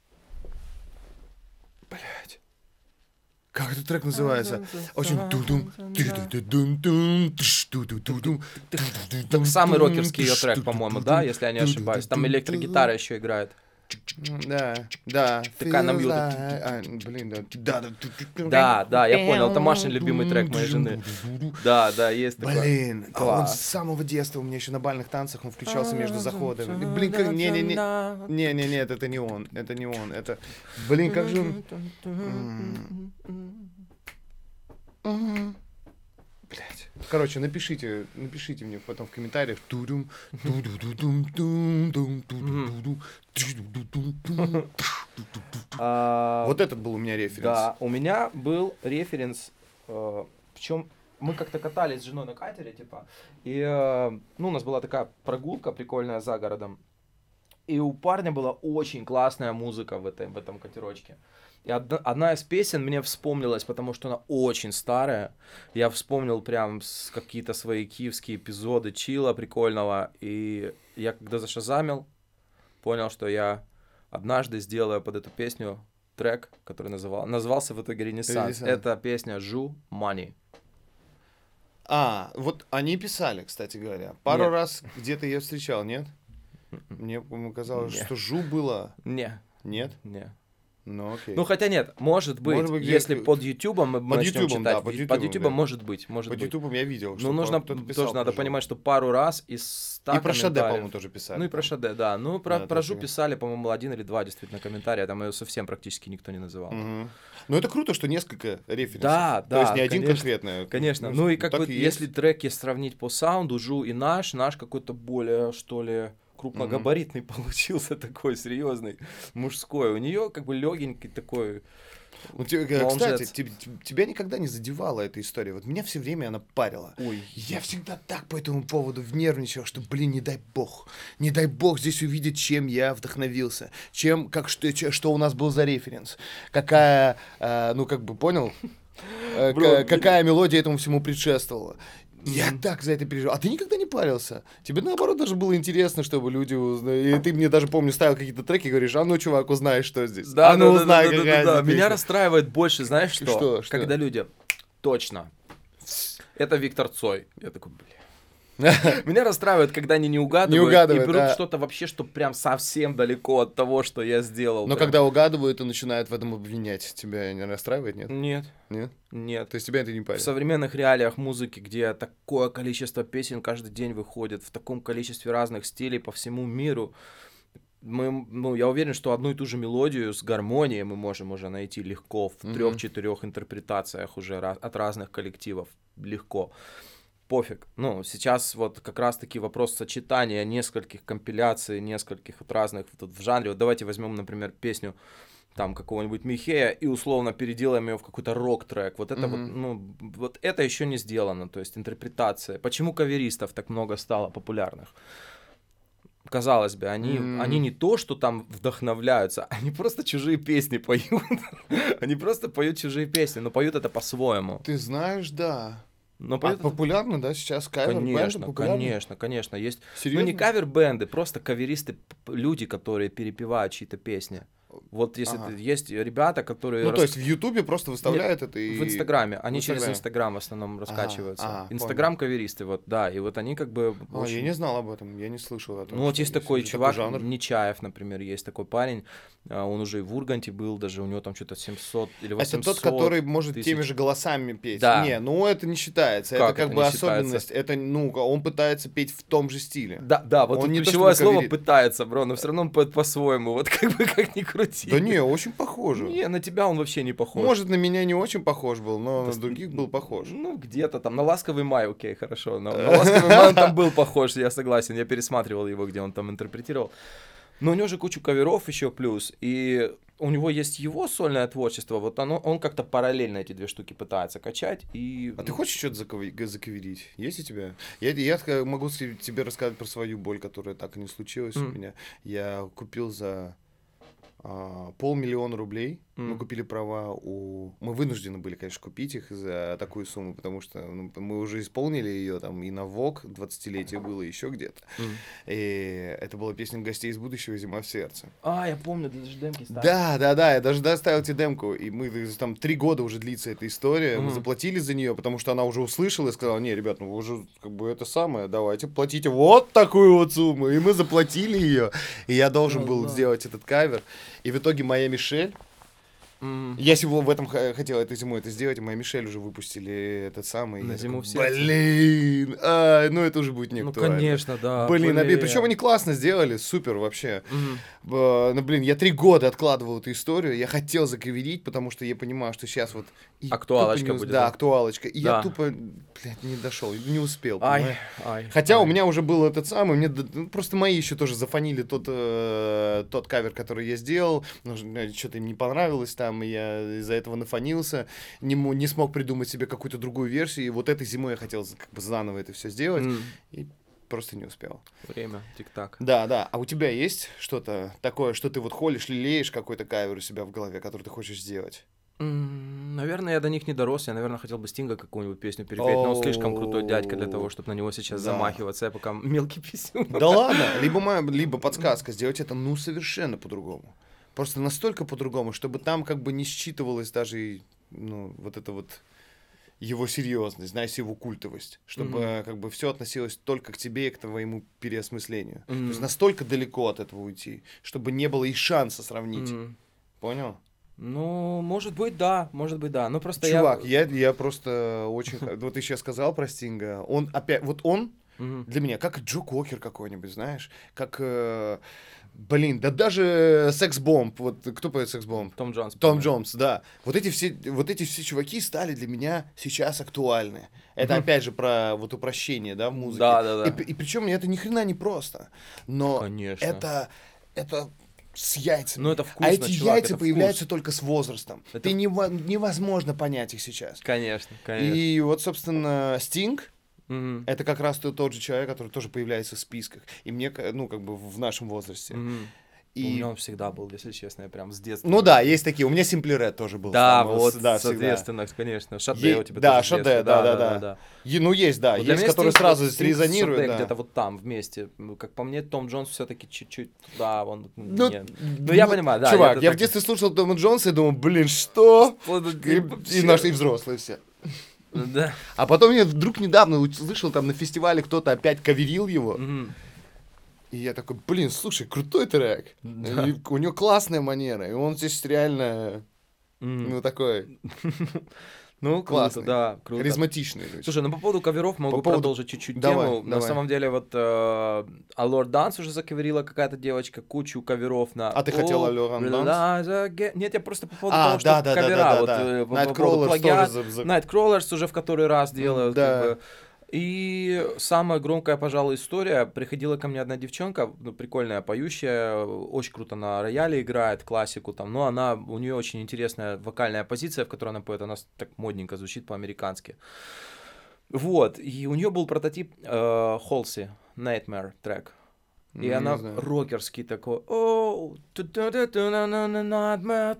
Блядь. Как этот трек называется? Очень тудум, ту-ду-ду-дум-дум, тш-ду-ду-ду-дум, Так самый рокерский ее тш-ду-ду-дум, трек, по-моему, да, если я не ошибаюсь. Там электрогитара еще играет. Да, да. Такая на Feels мьют. like- а, Блин, да. Да, да. Да, да, я понял. Это Машин любимый трек моей жены. Да, да, есть такой. Блин, а он Класс. с самого детства у меня еще на бальных танцах, он включался между заходами. Блин, как... Не-не-не. Не-не-не, это не он, это не он, это... Блин, как же он... Блять. Короче, напишите, напишите мне потом в комментариях. Тудум, ту-ду-ду-дум, дум-дум, ту-ду-ду-ду, тш-ду-ду-дум. А, Вот этот был у меня референс. Да, у меня был референс, э, причем мы как-то катались с женой на катере, типа, и, э, ну, у нас была такая прогулка прикольная за городом, и у парня была очень классная музыка в, этой, в этом катерочке. И одна, одна из песен мне вспомнилась, потому что она очень старая. Я вспомнил прям с какие-то свои киевские эпизоды чила прикольного, и я когда зашазамил, понял, что я однажды сделаю под эту песню трек, который называл, назывался в итоге «Ренессанс». «Ренессанс». Это песня «Жу Money». А, вот они писали, кстати говоря. Пару Нет. раз где-то я встречал, нет? Мне по-моему, казалось, Не. что Жу было. Не, Нет? не. Ну окей. Ну, хотя нет, может быть, Может быть, если где-то- под Ютубом мы Под начнем Ютубом, да, читать. под Под Ютубом, Ютубом да. может быть, может По быть. Ютубам я видел, что Ну, нужно, кто-то писал тоже надо про Жу. понимать, что пару раз из ста И про Шаде, комментариев- по-моему, тоже писали. Ну и про там. Шаде, да. Ну, про, Да, про Жу точно. писали, по-моему, один или два действительно комментария, там ее совсем практически никто не называл. Мгм. Ну это круто, что несколько референсов. Да, То да, есть не один конечно, конкретный. Конечно. Ну и как так вот и если есть. треки сравнить по саунду, Жу и наш, наш какой-то более, что ли, крупногабаритный получился, такой серьезный, мужской. У нее как бы легенький такой. Ну, те- э, Лонжет. кстати, те- те- тебя никогда не задевала эта история. Вот меня все время она парила. Ой. Я всегда так по этому поводу нервничал, что, блин, не дай бог. Не дай бог здесь увидеть, чем я вдохновился. Чем, как, что, че- что у нас был за референс. Какая, э, ну, как бы, понял? Э, Бро, ка- какая мелодия этому всему предшествовала. Я так за это переживал. А ты никогда не парился? Тебе, наоборот, даже было интересно, чтобы люди узнали. И ты мне даже, помню, ставил какие-то треки и говоришь, а ну, чувак, узнай, что здесь. Да, а ну, да, да, узнай, да, да, какая да, да. здесь Меня песня». расстраивает больше, знаешь что? Что, что? Когда люди, точно, это Виктор Цой. Я такой, блин. Меня расстраивает, когда они не угадывают, Не угадывают, и берут да. что-то вообще, что прям совсем далеко от того, что я сделал. Но прям. когда угадывают и начинают в этом обвинять, тебя не расстраивает, нет? Нет, Нет? нет. То есть тебя это не В парит? современных реалиях музыки, где такое количество песен каждый день выходит, в таком количестве разных стилей по всему миру, мы, ну, я уверен, что одну и ту же мелодию с гармонией мы можем уже найти легко в Мгм. трех-четырех интерпретациях уже раз- от разных коллективов. Легко. Пофиг. Ну, сейчас вот как раз-таки вопрос сочетания нескольких компиляций, нескольких вот разных тут в жанре. Вот давайте возьмем, например, песню там какого-нибудь Михея и условно переделаем ее в какой-то рок-трек. Вот это Мгм. вот, ну, вот это еще не сделано, то есть интерпретация. Почему каверистов так много стало популярных? Казалось бы, они, М. они не то, что там вдохновляются, они просто чужие песни поют. Они просто поют чужие песни, но поют это по-своему. Ты знаешь, да. Но А поют это- популярно, да, сейчас кавер-бенды Конечно, популярны? конечно, конечно. Есть, Серьезно? ну не кавер-бенды, просто каверисты, п- люди, которые перепевают чьи-то песни. Вот если Ага. ты- есть ребята, которые Ну, рас- то есть в Ютубе просто выставляют это и... в Инстаграме, они в через Инстаграме. Инстаграм в основном раскачиваются. ага, Инстаграм-каверисты, вот, да, и вот они как бы А, очень- я не знал об этом, я не слышал о том. Ну вот что есть такой уже чувак, жанр. Нечаев, например, есть такой парень, а, он уже и в Урганте был, даже у него там что-то семьсот или Это восемьсот тот, который может тысяч. теми же голосами петь. Да. Не, ну это не считается. Как это как это бы не считается? особенность. Это, ну, он пытается петь в том же стиле. Да, да, вот Он тут не то, ключевое чтобы слово каверит. пытается, бро, но все равно он поет по-своему, вот как бы как ни крути. Да не, очень похоже. Не, на тебя он вообще не похож. Может, на меня не очень похож был, но То на есть, других был похож. Ну, где-то там, на «Ласковый май», окей, хорошо. На, на «Ласковый май» он там был похож, я согласен. Я пересматривал его, где он там интерпретировал. Но у него же кучу каверов еще плюс. И у него есть его сольное творчество. Вот оно, он как-то параллельно эти две штуки пытается качать. И... А ты хочешь что-то заковы- заковырить? Есть у тебя? Я, я ска- могу с- тебе рассказать про свою боль, которая так и не случилась у Мгм. меня. Я купил за а, полмиллиона рублей Мы М. купили права у... Мы вынуждены были, конечно, купить их за такую сумму, потому что ну, мы уже исполнили ее там и на ВОК, двадцатилетие было, еще где-то. М. И это была песня «Гостей из будущего. Зима в сердце». А, я помню, ты даже демки ставил. Да, да, да, я даже доставил тебе демку, и мы там три года уже длится эта история, мы Мгм. заплатили за нее, потому что она уже услышала и сказала: не, ребят, ну вы уже как бы это самое, давайте платите вот такую вот сумму, и мы заплатили ее, и я должен Да был ладно. сделать этот кавер, и в итоге моя Мишель, М. я сегодня в этом х- хотел этой зимой это сделать, и моя Мишель уже выпустили этот самый, На я «Зиму такой, в сердце». блин, а, ну это уже будет не Ну, актуально. конечно, да. Блин, обид. блин. Причем они классно сделали, супер вообще. Мгм. Б- Ну, блин, я три года откладывал эту историю, я хотел заковерить, потому что я понимаю, что сейчас вот... и Актуалочка тупо не ус- будет, Да, да? актуалочка. И я Да. тупо, блядь, не дошел, не успел, Ай, понимаешь? ай. Хотя ай. у меня уже был этот самый, мне д- ну, просто мои еще тоже зафонили тот, э, тот кавер, который я сделал, что-то им не понравилось там, и я из-за этого нафонился, не, мо- не смог придумать себе какую-то другую версию, и вот этой зимой я хотел как бы заново это все сделать, М. и просто не успел. Время, тик-так. Да, да. А у тебя есть что-то такое, что ты вот холишь, лелеешь какой-то кавер у себя в голове, который ты хочешь сделать? М, Наверное, я до них не дорос. Я, наверное, хотел бы Стинга какую-нибудь песню перепеть, но он слишком крутой дядька для того, чтобы на него сейчас Да. замахиваться. Я пока мелкий писюн. Да ладно, либо моя, либо подсказка, сделать это ну совершенно по-другому. Просто настолько по-другому, чтобы там как бы не считывалось даже и, ну, вот это вот его серьезность, знаешь, его культовость, чтобы Мгм. как бы все относилось только к тебе и к твоему переосмыслению. То есть Мгм. настолько далеко от этого уйти, чтобы не было и шанса сравнить. М. Понял? Ну, может быть, да, может быть, да. Ну, просто Чувак, я... я, я просто очень... х- Вот ты сейчас сказал про Стинга. Он опять... Вот он Мгм. для меня как Джо Кокер какой-нибудь, знаешь? Как... э, Блин, да даже секс-бомб. Вот кто поет секс-бомб? Том Джонс. Том по-моему. Джонс, да. Вот эти все, вот эти все чуваки стали для меня сейчас актуальны. Это Мгм. опять же про вот упрощение, да, в музыке. Да, да, да. И, п- и причем это ни хрена не просто. Но Конечно. это, это с яйцами. Ну, это вкусно, а эти чувак, яйца это появляются вкус. только с возрастом. Это Ты в- нево- невозможно понять их сейчас. Конечно, конечно. И вот, собственно, Стинг Мгм. это как раз тот, тот же человек, который тоже появляется в списках. И мне, ка- ну, как бы в нашем возрасте. Мгм. У И... меня он всегда был, если честно, я прям с детства. Ну да, есть такие. У меня Симплерет тоже был. Да, там, вот, с- да, всегда. соответственно, конечно. Шаде Е- у тебя да, тоже с Шаде, детства. да, да, да. Е- ну, есть, да. Вот для есть, меня которые Стинг- сразу вот Стинг с резонируют, Шаде да. где-то вот там вместе. Ну, как по мне, Том Джонс все-таки чуть-чуть туда, он... Ну, не. Ну, я понимаю, да. Чувак, это я в так- детстве слушал Тома Джонса и думал, блин, что? Вот, И, вообще. и наши и взрослые все. Да. А потом я вдруг недавно услышал, там на фестивале кто-то опять каверил его. Мгм. И я такой, блин, слушай, крутой трек. Да. И у него классная манера. И он здесь реально, Мгм. ну, такой Ну, классный. круто, да, круто. харизматичный. короче. Слушай, ну по поводу каверов могу По поводу- продолжить чуть-чуть Давай, тему. На давай. самом деле, вот э, Allure Dance уже закаверила какая-то девочка кучу каверов на... А ты хотел All Allure Dance? Realize Again. Нет, я просто по поводу А, того, что да, да, да, кавера, да, да, вот, да. э, по- по Nightcrawlers поводу плагиат. тоже за- за- Nightcrawlers уже в который раз делают. да. Как бы. И самая громкая, пожалуй, история. Приходила ко мне одна девчонка, ну, прикольная, поющая, очень круто на рояле играет, классику там, но она, у нее очень интересная вокальная позиция, в которой она поет, она с- так модненько звучит по-американски. Вот, и у нее был прототип э, Холси, Nightmare трек. И Не она знаю. рокерский такой. «О, ту-ду-ду-ду-на-на-на, nightmare,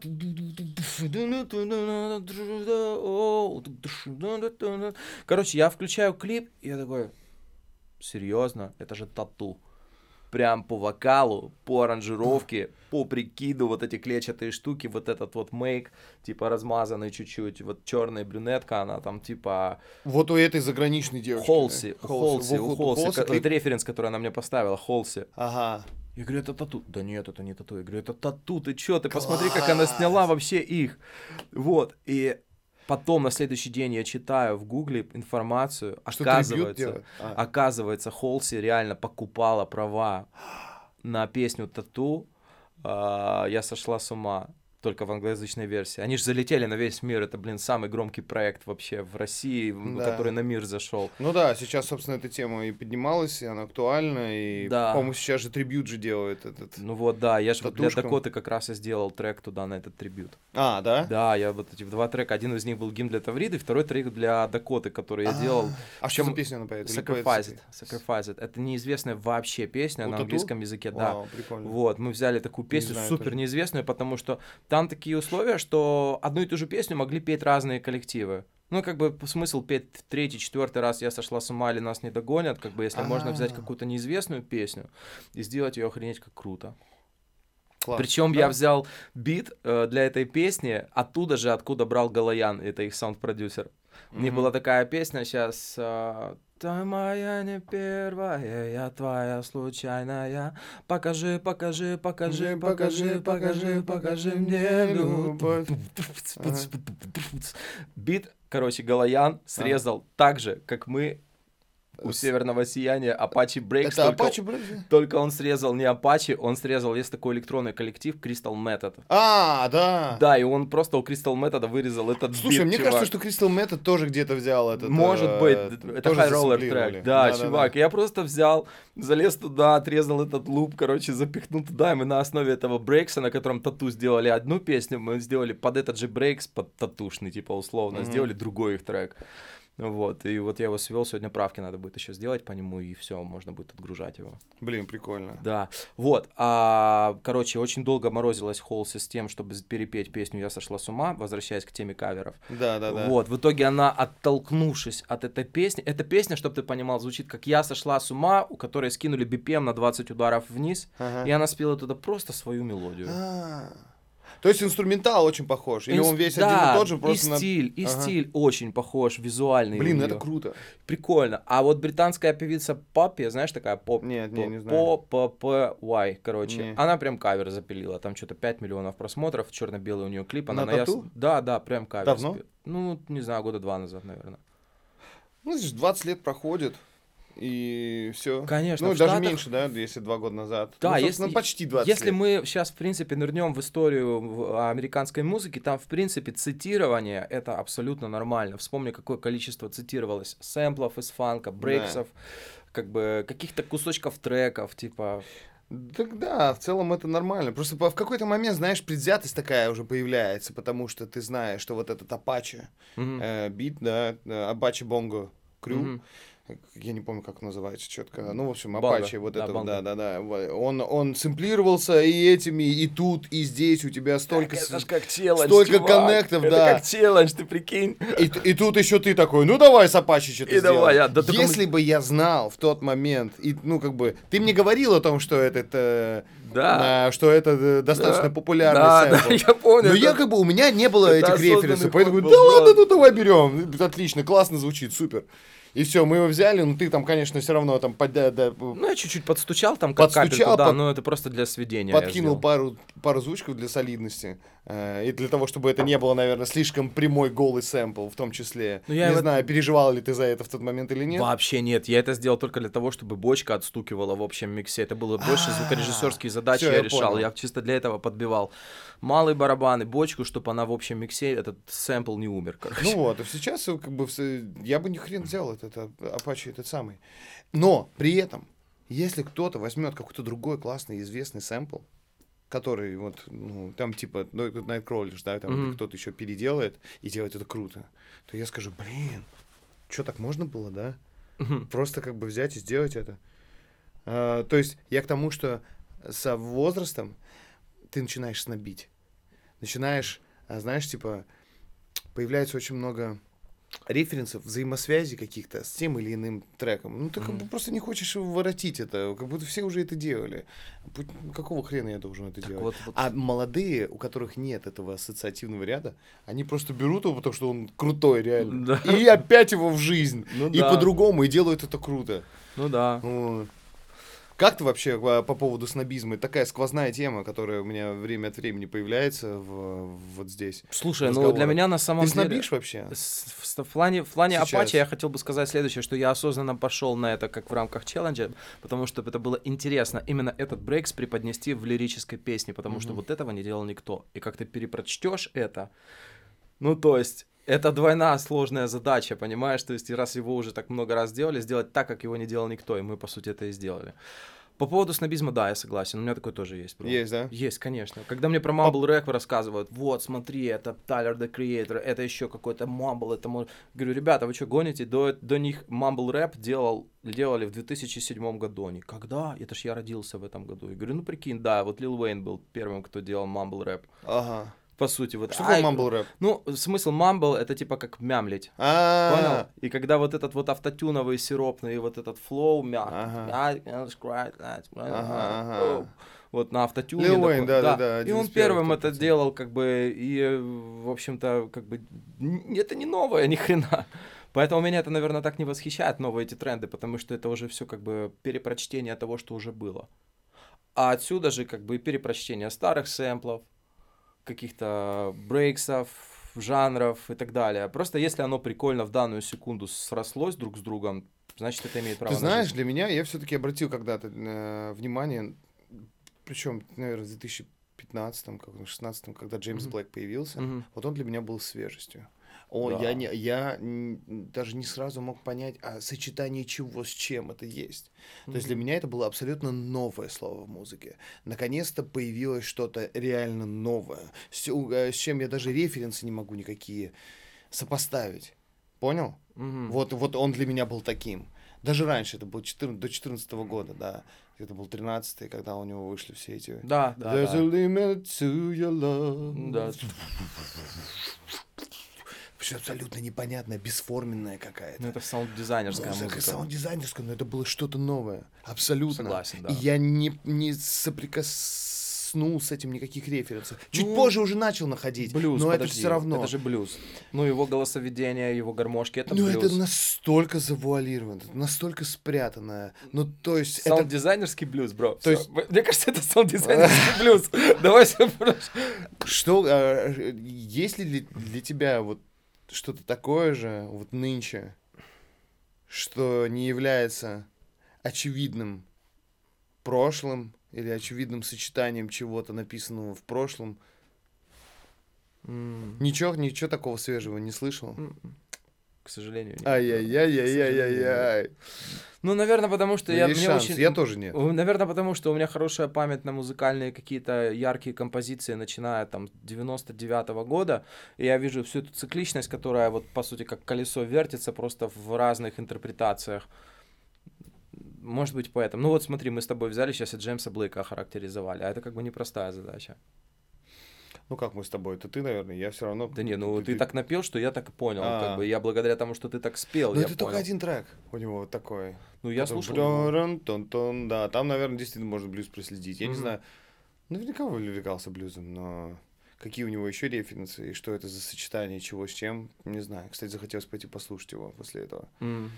ту-ду-ду-ду-ду-ду-ду-ду, ту-ду-ду-ду-ду». Короче, я включаю клип, и я такой, серьезно, это же тату. Прям по вокалу, по аранжировке, по прикиду, вот эти клетчатые штуки, вот этот вот мейк, типа размазанный чуть-чуть, вот черная брюнетка, она там типа Вот у этой заграничной девушки. Холси, да? Холси, Вот- у вот Холси, Холси ка- клип- это референс, который она мне поставила, Холси. Ага. Я говорю, это тату. Да нет, это не тату. Я говорю, это тату, ты чё? Ты посмотри, как она сняла вообще их. Вот, и потом на следующий день я читаю в гугле информацию, А что трибьют оказывается, делают? А. оказывается, Холси реально покупала права на песню «Тату». А, я сошла с ума. Только в англоязычной версии. Они же залетели на весь мир. Это, блин, самый громкий проект вообще в России, м, Да. который на мир зашел. Ну да, сейчас, собственно, эта тема и поднималась, и она актуальна, и, Да. по-моему, сейчас же трибют же делают этот. Ну вот, да, я же вот для Татушкам. Дакоты как раз и сделал трек туда на этот трибют. А, да? Да, я вот эти два трека. Один из них был гимн для Тавриды, второй трек для Дакоты, который я делал. А что за Причём песня она поет? Или Sacrifice поет It. Sacrifice It. Это неизвестная вообще песня У на Тату? английском языке, да. Вау, прикольно. Вот, мы взяли такую Не песню знаю супер тоже. неизвестную, потому что там там такие условия, что одну и ту же песню могли петь разные коллективы. Ну, как бы смысл петь третий, четвертый раз «Я сошла с ума» или «Нас не догонят», как бы если А-а-а. можно взять какую-то неизвестную песню и сделать ее охренеть как круто. Класс. Причем Да? я взял бит э, для этой песни оттуда же, откуда брал Галаян, это их саунд-продюсер. У них Мгм. была такая песня сейчас... Э, «Ты моя не первая, я твоя случайная. Покажи, покажи, покажи, покажи, покажи, покажи мне любовь». Ага. Бит, короче, Галаян срезал так же, как мы у С- Северного Сияния Apache Breaks. Это только, Apache Breaks? только он срезал не Apache, он срезал, есть такой электронный коллектив Crystal Method. А, да. Да, и он просто у Crystal Method вырезал этот Слушай, бит, мне чувак. кажется, что Crystal Method тоже где-то взял этот... Может э, быть, т- это тоже high roller засэмплировали. трек. Да, Да-да-да. чувак, я просто взял, залез туда, отрезал этот луп, короче, запихнул туда, и мы на основе этого брейкса, на котором Тату сделали одну песню, мы сделали под этот же брейкс, под татушный, типа, условно, Мгм. сделали другой их трек. Вот, и вот я его свел, сегодня правки надо будет еще сделать по нему, и все, можно будет отгружать его. Блин, прикольно. Да, вот, а, короче, очень долго морозилась Холси с тем, чтобы перепеть песню «Я сошла с ума», возвращаясь к теме каверов. Да-да-да. Вот, в итоге она, оттолкнувшись от этой песни, эта песня, чтобы ты понимал, звучит как «Я сошла с ума», у которой скинули би пи эм на двадцать ударов вниз, Ага. и она спела туда просто свою мелодию. А. То есть инструментал очень похож? Или Инс- он весь да, один и тот же, и просто на... стиль, и Ага. стиль очень похож, визуальный. Блин, у это неё. круто. Прикольно. А вот британская певица Поппи, знаешь, такая поп... Нет, не, не знаю. По-П-П-Y, короче. Не. Она прям кавер запилила. Там что-то пять миллионов просмотров, черно-белый у нее клип. Она На яс- Тату? Да, да, прям кавер. Давно? спи- Ну, не знаю, года два назад, наверное. Ну, значит, двадцать лет проходит, и все. Конечно, Ну, в даже Штатах- меньше, да, если два года назад. Да, ну, если, собственно, почти двадцать если лет. мы сейчас, в принципе, нырнем в историю в- американской музыки, там, в принципе, цитирование — это абсолютно нормально. Вспомни, какое количество цитировалось сэмплов из фанка, брейксов, как бы каких-то кусочков треков, типа... Так да, в целом это нормально. Просто по- в какой-то момент, знаешь, предвзятость такая уже появляется, потому что ты знаешь, что вот этот Apache Мгм. э, бит, да, э, Apache Bongo Crew, Мгм. я не помню, как он называется четко. Ну, в общем, Bongo, Apache, вот да, это, Bongo. да, да, да. Он, он сэмплировался и этими, и тут, и здесь у тебя столько... Так с- это ж как челлендж, столько чувак. коннектов, это да. как челлендж, ты прикинь. И, и тут еще ты такой, ну давай с Apache что-то И сделаем. давай, а, да только мы- Если бы я знал в тот момент, и, ну, как бы, ты мне говорил о том, что этот, э, Да. а, что это э, достаточно Да. популярный Да, да, сэмпл. я помню. Но это- я как бы, у меня не было это этих осознанный референсов, поэтому ход да был, ладно, да. ну давай берем. Отлично, классно звучит, супер. И все, мы его взяли, но ты там, конечно, все равно там под- да, да, Ну, я чуть-чуть подстучал там, как Подстучал, капельку, да, под- но это просто для сведения. я подкинул сделал. пару, пару звучков для солидности. э, И для того, чтобы это не было, наверное, слишком прямой голый сэмпл в том числе. Ну, я не вот- знаю, переживал ли ты за это в тот момент или нет. Вообще нет, я это сделал только для того, чтобы бочка отстукивала в общем миксе. Это было больше А, звукорежиссерские задачи всё, я я решал. понял. Я чисто для этого подбивал малые барабаны, бочку, чтобы она в общем миксе, этот сэмпл не умер, короче. Ну вот, и сейчас э, как бы вс- я бы ни хрен взял этот а, Apache этот самый. Но при этом, если кто-то возьмет какой-то другой классный известный сэмпл, который вот, ну, там типа, ну, это Nightcrawlers, да, там Мгм. кто-то еще переделает и делает это круто, то я скажу, блин, что так можно было, да? Мгм. Просто как бы взять и сделать это. А, то есть я к тому, что со возрастом ты начинаешь снобить. Начинаешь, а, знаешь, типа, появляется очень много референсов, взаимосвязи каких-то с тем или иным треком. Ну, ты как бы Мгм. просто не хочешь воротить это, как будто все уже это делали. Пу- Какого хрена я должен это Так делать? вот, вот. А молодые, у которых нет этого ассоциативного ряда, они просто берут его, потому что он крутой, реально. Да. И опять его в жизнь. Ну И да. по-другому, и делают это круто. Ну да. Вот. Как ты вообще а, по поводу снобизма? Это такая сквозная тема, которая у меня время от времени появляется в, вот здесь. Слушай, ну разговорах. для меня на самом Ты деле... снобишь вообще? С- В, в плане, в плане Сейчас. Apache я хотел бы сказать следующее, что я осознанно пошел на это как в рамках челленджа, потому что это было интересно именно этот брейкс преподнести в лирической песне, потому что Мгм. вот этого не делал никто. И как ты перепрочтешь это, ну то есть это двойная сложная задача, понимаешь? То есть и раз его уже так много раз делали, сделать так, как его не делал никто, и мы по сути это и сделали. По поводу снобизма, да, я согласен, у меня такой тоже есть. бро. Есть, да? Есть, конечно. Когда мне про Mumble Rap рассказывают, вот, смотри, это Tyler, the Creator, это еще какой-то Mumble, это... мож-». Говорю, ребята, вы что, гоните? До, до них Mumble Rap делал, делали в две тысячи седьмом году. Они, когда? Это ж я родился в этом году. Я говорю, ну прикинь, да, вот Lil Wayne был первым, кто делал Mumble Rap. Ага. по сути. Вот. Что такое Ай, мамбл рэп? Ну, смысл мамбл — это типа как мямлить. А, Понял? И когда вот этот вот автотюновый, сиропный, вот этот флоу Ага. мягкий, Ага, ага. вот на автотюне. Lil такой, Wayne, да-да-да, И один он из первых, первым кто это это делал, как бы, и, в общем-то, как бы, н- это не новое ни хрена. Поэтому меня это, наверное, так не восхищает, новые эти тренды, потому что это уже все как бы перепрочтение того, что уже было. А отсюда же как бы и перепрочтение старых сэмплов, каких-то брейксов, жанров и так далее. Просто если оно прикольно в данную секунду срослось друг с другом, значит, это имеет право Ты на знаешь, жизнь. для меня, я все-таки обратил когда-то э, внимание, причем, наверное, в две тысячи пятнадцатом, как в шестнадцатом, когда Джеймс Мгм. Блэк появился, Мгм. вот он для меня был свежестью. О, Да. я, не, я н- даже не сразу мог понять, а сочетание чего с чем это есть. То есть для Мгм. меня это было абсолютно новое слово в музыке. Наконец-то появилось что-то реально новое, с, у- э, с чем я даже референсы не могу никакие сопоставить. Понял? Мгм. Вот, вот он для меня был таким. Даже раньше, это было четырнадцать, до четырнадцатого года, да. Это был тринадцатый, когда у него вышли все эти... Да, да, There's a да. limit to your love. Да. Вообще абсолютно непонятная, бесформенная какая-то. Ну, это саунд-дизайнерская Ну, музыка. саунд-дизайнерская, но это было что-то новое. Абсолютно. Согласен, да. И я не, не соприкоснул с этим никаких референсов. Чуть Ну, позже уже начал находить, Блюз, но подожди, это все равно. это же блюз. Ну, его голосоведение, его гармошки, это Ну, блюз. это настолько завуалировано, настолько спрятано. Ну, то есть, это... Саунд-дизайнерский блюз, бро. То Всё. есть- Мне кажется, это саунд-дизайнерский блюз. Давай все проще. Что, а, есть ли для- для тебя вот что-то такое же вот нынче, что не является очевидным прошлым или очевидным сочетанием чего-то написанного в прошлом? М, Ничего, ничего такого свежего не слышал? м, К сожалению, нет. Ай-яй-яй-яй-яй-яй. Ну, наверное, потому что Ну, я есть мне шанс. очень... Я тоже нет. Наверное, потому что у меня хорошая память на музыкальные какие-то яркие композиции, начиная там с девяносто девятого года. И я вижу всю эту цикличность, которая вот, по сути, как колесо вертится просто в разных интерпретациях. Может быть, поэтому. Ну вот смотри, мы с тобой взяли сейчас и Джеймса Блейка охарактеризовали, а это как бы непростая задача. Ну, как мы с тобой? Это ты, наверное, я все равно... Да не, ну ты так напел, что я так и понял. А. Как бы я благодаря тому, что ты так спел, Ну, я это только понял. один трек у него вот такой. Ну я Это слушал его. брон-тон-тон, да, там, наверное, действительно можно блюз проследить. Я не Мгм. знаю, наверняка увлекался блюзом, но какие у него еще референсы и что это за сочетание чего с чем, не знаю. Кстати, захотелось пойти послушать его после этого. М.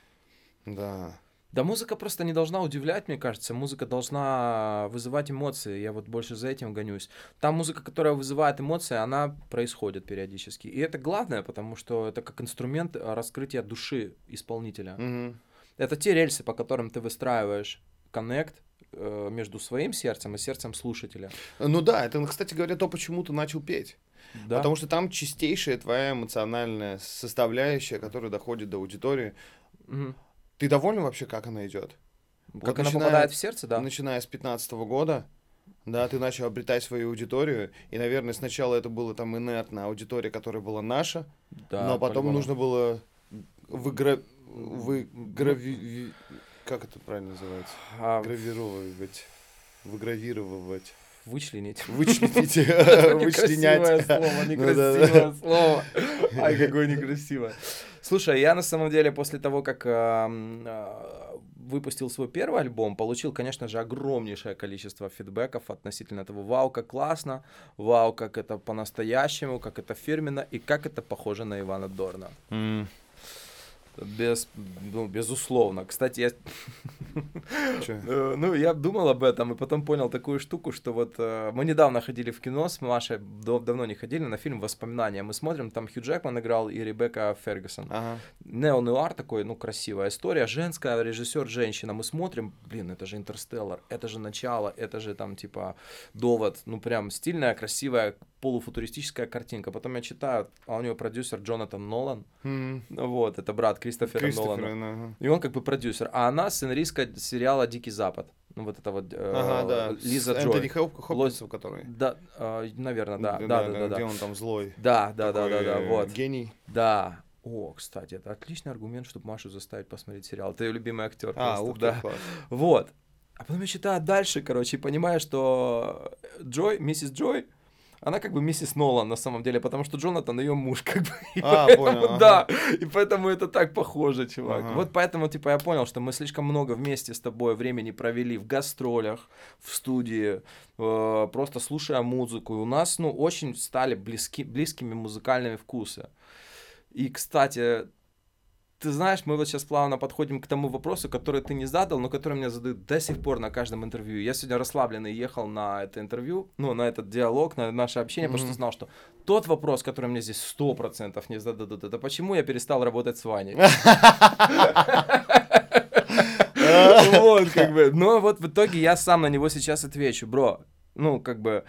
Да. Да, музыка просто не должна удивлять, мне кажется. Музыка должна вызывать эмоции. Я вот больше за этим гонюсь. Та музыка, которая вызывает эмоции, она происходит периодически. И это главное, потому что это как инструмент а, раскрытия души исполнителя. Мгм. Это те рельсы, по которым ты выстраиваешь коннект э, между своим сердцем и сердцем слушателя. Ну да, это, кстати говоря, то, почему ты начал петь. Да? Потому что там чистейшая твоя эмоциональная составляющая, которая доходит до аудитории. Мгм. Ты доволен вообще, как она идет? Как она начиная- попадает в сердце, да? Начиная с пятнадцатого года, да, ты начал обретать свою аудиторию, и, наверное, сначала это было там инертная аудитория, которая была наша, Да, но потом по-любому. нужно было выгра... выграви... Как это правильно называется? А, Гравировать, выгравировать, вычленить. вычленить, Некрасивое вычленять. слово, Ну да, некрасивое слово. Ай, какое некрасивое. Слушай, я на самом деле после того, как эм, э, выпустил свой первый альбом, получил, конечно же, огромнейшее количество фидбэков относительно того, вау, как классно, вау, как это по-настоящему, как это фирменно и как это похоже на Ивана Дорна. М, Без, ну, безусловно. Кстати, я, чё? э, ну, я думал об этом и потом понял такую штуку, что вот э, мы недавно ходили в кино с Машей, дав- давно не ходили, на фильм «Воспоминания». Мы смотрим, там Хью Джекман играл и Ребекка Фергюсон. Ага. Нео-нуар такой, ну, красивая история, женская, режиссер женщина. Мы смотрим, блин, это же «Интерстеллар», это же «Начало», это же там типа «Довод». Ну, прям стильная, красивая, полуфутуристическая картинка. Потом я читаю, а у него продюсер Джонатан Нолан. М, Ну вот, это брат Кристофера Нолана. Кристофер, ага. И он как бы продюсер. А она сценаристка сериала «Дикий Запад». Ну, вот это вот э, Ага, да. Лиза С Джой. Энтони Хоп- Хопкинсом, который. Да, наверное, да. Да, да, да, Где да. он там злой. Да, да, да, такой, да, да, э, вот. Гений. Да. О, кстати, это отличный аргумент, чтобы Машу заставить посмотреть сериал. Это ее любимый актер. А, просто, ух ты, да. класс. Вот. А потом я читаю дальше, короче, и понимаю, что Джой, миссис Джой, Она как бы миссис Нолан на самом деле, потому что Джонатан ее муж, как бы. И А, поэтому, понял, ага. да, и поэтому это так похоже, чувак. Ага. Вот поэтому, типа, я понял, что мы слишком много вместе с тобой времени провели в гастролях, в студии, э, просто слушая музыку. И у нас, ну, очень стали близки, близкими музыкальными вкусы. И, кстати, ты знаешь, мы вот сейчас плавно подходим к тому вопросу, который ты не задал, но который меня задают до сих пор на каждом интервью. Я сегодня расслабленный ехал на это интервью, ну, на этот диалог, на наше общение, mm-hmm. потому что знал, что тот вопрос, который мне здесь сто процентов не зададут, это почему я перестал работать с Ваней. Вот, как бы. Но вот в итоге я сам на него сейчас отвечу. Бро, ну, как бы...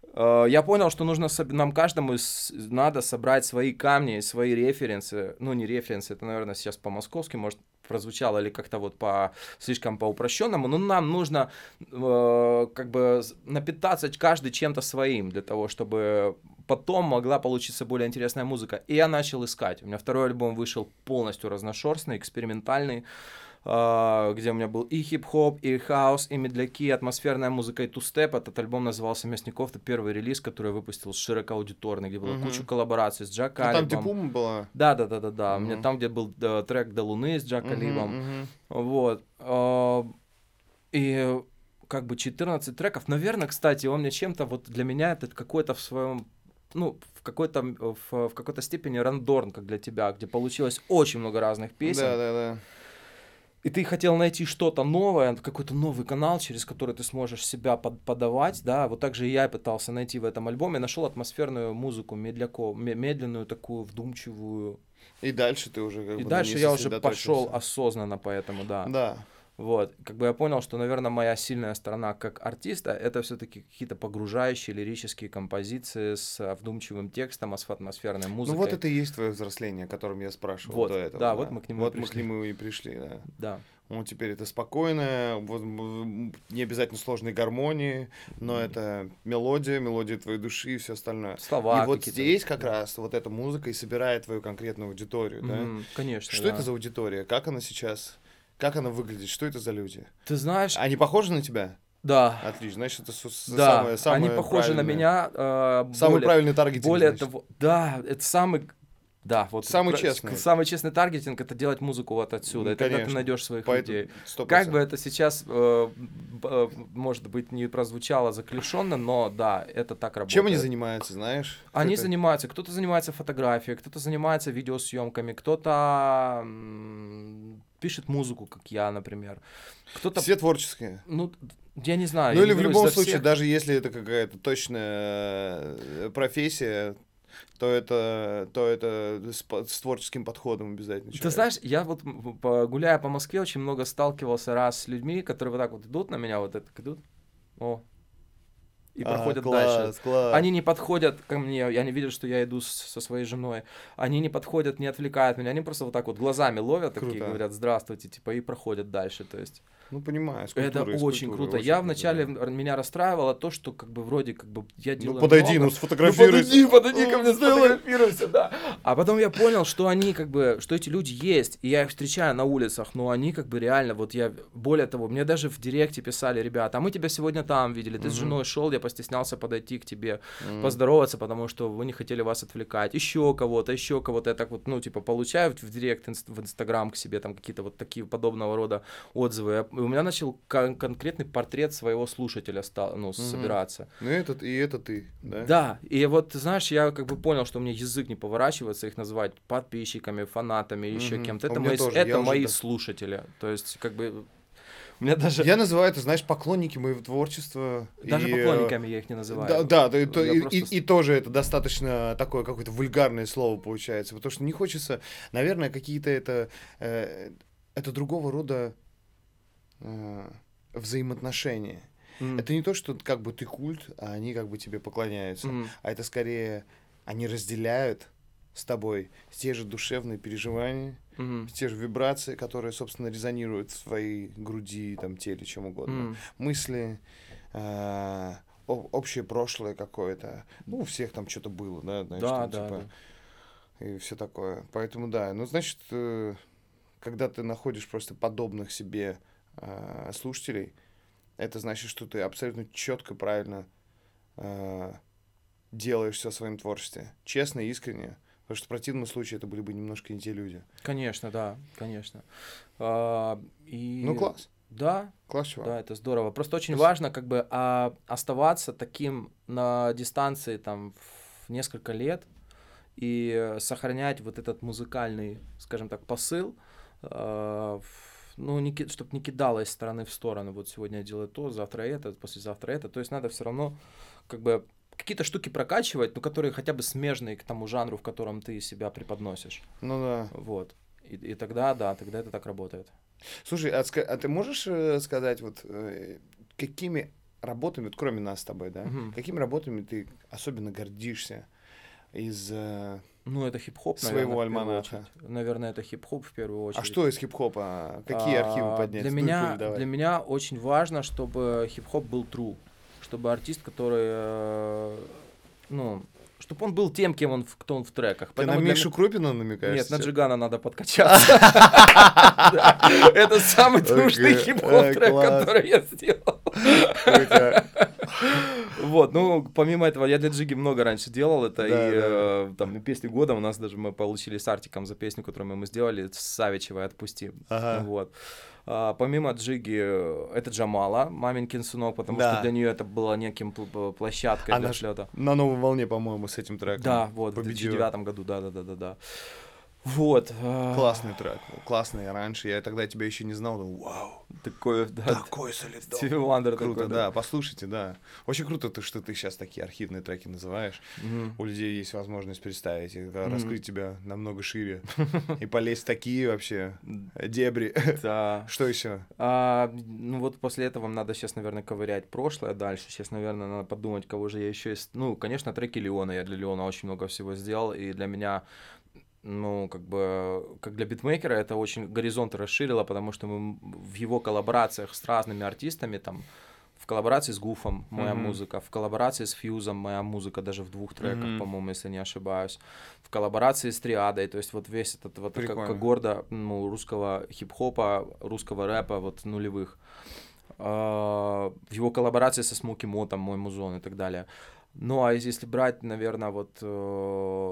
Я понял, что нужно нам каждому надо собрать свои камни, свои референсы. Ну, не референсы, это, наверное, сейчас по-московски, может, прозвучало или как-то вот по слишком по упрощенному, но нам нужно э, как бы напитаться каждый чем-то своим для того, чтобы потом могла получиться более интересная музыка. И я начал искать. У меня второй альбом вышел полностью разношерстный, экспериментальный, Uh, где у меня был и хип-хоп, и хаус, и медляки, атмосферная музыка, и тустеп. Этот альбом назывался «Мясников». Это первый релиз, который я выпустил широкоаудиторный, где было uh-huh. куча коллабораций с Джа Калибом. А там где Пума была? Да-да-да-да-да. Uh-huh. У меня там, где был uh, трек «До луны» с Джа Калибом. Uh-huh, uh-huh. Вот. Uh, и как бы четырнадцать треков. Наверное, кстати, он мне чем-то, вот для меня это какой-то в своем... ну, в какой-то, в, в какой-то степени рандорн, как для тебя, где получилось очень много разных песен. Да-да-да. И ты хотел найти что-то новое, какой-то новый канал, через который ты сможешь себя под, подавать, да, вот так же и я пытался найти в этом альбоме, нашел атмосферную музыку, медляко, медленную такую, вдумчивую. И дальше ты уже как И бы дальше я уже пошел осознанно поэтому, да. Да. Вот, как бы я понял, что, наверное, моя сильная сторона как артиста — это все-таки какие-то погружающие лирические композиции с вдумчивым текстом, с атмосферной музыкой. Ну вот это и есть твое взросление, о котором я спрашивал вот, до этого. Да, да, вот мы к нему вот и пришли. мы к нему и пришли, да. Да. Ну, теперь это спокойно, вот, не обязательно сложные гармонии, но mm-hmm. это мелодия, мелодия твоей души и все остальное. Слова и вот какие-то. здесь как да. раз вот эта музыка и собирает твою конкретную аудиторию, mm-hmm. да? Конечно, Что да. это за аудитория? Как она сейчас? Как она выглядит? Что это за люди? Ты знаешь... Они похожи на тебя? Да. Отлично, значит, это с- да. самое, самое они похожи на меня. Э, самый более, правильный таргетинг, Более значит. того, да, это самый... Да, вот самый про, честный. Самый честный таргетинг — это делать музыку вот отсюда. Ну, и тогда ты найдешь своих Поэтому людей. сто процентов. Как бы это сейчас, э, э, может быть, не прозвучало заклишенно, но да, это так работает. Чем они занимаются, знаешь? Они это... занимаются, кто-то занимается фотографией, кто-то занимается видеосъемками, кто-то м- пишет музыку, как я, например. Кто-то... Все творческие. Ну, я не знаю. Ну я или в любом случае, всех. даже если это какая-то точная профессия, то это, то это с, с творческим подходом обязательно. Ты человек. знаешь, я вот, гуляя по Москве, очень много сталкивался раз с людьми, которые вот так вот идут на меня, вот так идут, о, и а, проходят класс, дальше. Класс. Они не подходят ко мне, они видят, что я иду с, со своей женой, они не подходят, не отвлекают меня, они просто вот так вот глазами ловят, Круто. такие говорят «здравствуйте», типа, и проходят дальше, то есть... Ну, понимаю, с Это культурой, с очень культурой, круто. очень Я круто, вначале, да. меня расстраивало то, что как бы вроде как бы я делаю Ну, подойди, много. ну, сфотографируйся. Ну, подойди, подойди ко Ну, мне, сделай. сфотографируйся, да. А потом я понял, что они как бы, что эти люди есть, и я их встречаю на улицах, но они как бы реально, вот я, более того, мне даже в директе писали ребята, а мы тебя сегодня там видели, ты Мгм. с женой шел, я постеснялся подойти к тебе, Мгм. поздороваться, потому что вы не хотели вас отвлекать, еще кого-то, еще кого-то, я так вот, ну, типа, получаю в директ, инст- в инстаграм к себе там какие-то вот такие подобного рода отзывы, и у меня начал кон- конкретный портрет своего слушателя стал, ну, собираться. Ну, этот и это ты, да? Да, и вот, ты знаешь, я как бы понял, что у меня язык не поворачивается их назвать подписчиками, фанатами, еще Мгм. кем-то. У Это меня мои, тоже, я это уже мои да. слушатели. То есть, как бы, у меня даже... Я называю это, знаешь, поклонники моего творчества. Даже и, э, поклонниками я их не называю. Да, да, да, и, то- Я и, просто и- с- и тоже это достаточно такое какое-то вульгарное слово получается, потому что не хочется, наверное, какие-то это, э, это другого рода э, взаимоотношения. М, Это не то, что как бы ты культ, а они как бы тебе поклоняются, м, а это скорее они разделяют с тобой те же душевные переживания, мгм, те же вибрации, которые, собственно, резонируют в твоей груди, там, теле, чем угодно. м. Мысли, а, о- общее прошлое какое-то. Ну, у всех там что-то было, да, знаешь, Да, там, да, типа, да. и все такое. Поэтому, да, ну, значит, э, когда ты находишь просто подобных себе а, слушателей, это значит, что ты абсолютно четко, правильно а, делаешь все в своем творчестве. Честно, искренне. Потому что в противном случае это были бы немножко не те люди. Конечно, да, конечно. А, и... Ну, класс. Да, класс, чувак. Да, это здорово. Просто очень Спасибо. важно как бы а, оставаться таким на дистанции там в несколько лет и сохранять вот этот музыкальный, скажем так, посыл, э, ну, не, чтобы не кидало из стороны в сторону. Вот сегодня я делаю то, завтра это, послезавтра это. То есть надо все равно как бы какие-то штуки прокачивать, ну, которые хотя бы смежные к тому жанру, в котором ты себя преподносишь. Ну да. Вот. И, и тогда, да, тогда это так работает. Слушай, а, а ты можешь э, сказать, вот э, какими работами, вот кроме нас с тобой, да, Мгм. какими работами ты особенно гордишься из э, Ну, это хип-хоп, своего наверное, в первую альманаха? очередь. Наверное, это хип-хоп в первую очередь. А что из хип-хопа? Какие архивы А, поднять? Для Ну, меня, хули, давай. для меня очень важно, чтобы хип-хоп был true. Чтобы артист, который, э, ну, чтобы он был тем, кем он, в- кто он в треках. Ты на Поэтому для Мишу м- Крупина намекаешь? Нет, на сейчас? Джигана надо подкачаться. Да. Это самый трушный Окей. хип-хоп Э, трек, класс. который я сделал. Круто. Вот, ну, помимо этого, я для Джиги много раньше делал это, Да, и да. э, там и песни года у нас даже мы получили с Артиком за песню, которую мы ему сделали, с Савичевой «Отпусти». Ага. Вот. А, помимо Джиги, э, это Джамала, маменькин сынок, потому Да. что для нее это было неким пл- площадкой Она для ж слета. на новой волне, по-моему, с этим треком. Да, вот, в две победила. тысячи девятом году, да-да-да-да-да. Вот. а, Классный трек. Классный. Раньше я тогда тебя еще не знал. но Вау. Такой, да, Такой солидон. Стиви Вандер Круто, такой, да. Послушайте, да. Очень круто, то, что ты сейчас такие архивные треки называешь. Мгм. У людей есть возможность представить, и, да, Мгм. раскрыть тебя намного шире. И полезть в такие вообще дебри. Да. Что еще? А, ну вот после этого надо сейчас, наверное, ковырять прошлое дальше. Сейчас, наверное, надо подумать, кого же я еще есть. Ну, конечно, треки Леона. Я для Леона очень много всего сделал. И для меня, ну, как бы, как для битмейкера, это очень горизонты расширило, потому что мы в его коллаборациях с разными артистами, там, в коллаборации с Гуфом моя Мгм. музыка, в коллаборации с Фьюзом моя музыка, даже в двух треках, Мгм. по-моему, если не ошибаюсь, в коллаборации с Триадой, то есть вот весь этот вот как, Прикольно. как гордо, ну, русского хип-хопа, русского рэпа, вот нулевых, А, в его коллаборации со Смоки Мотом, мой музон и так далее. Ну, а если брать, наверное, вот э,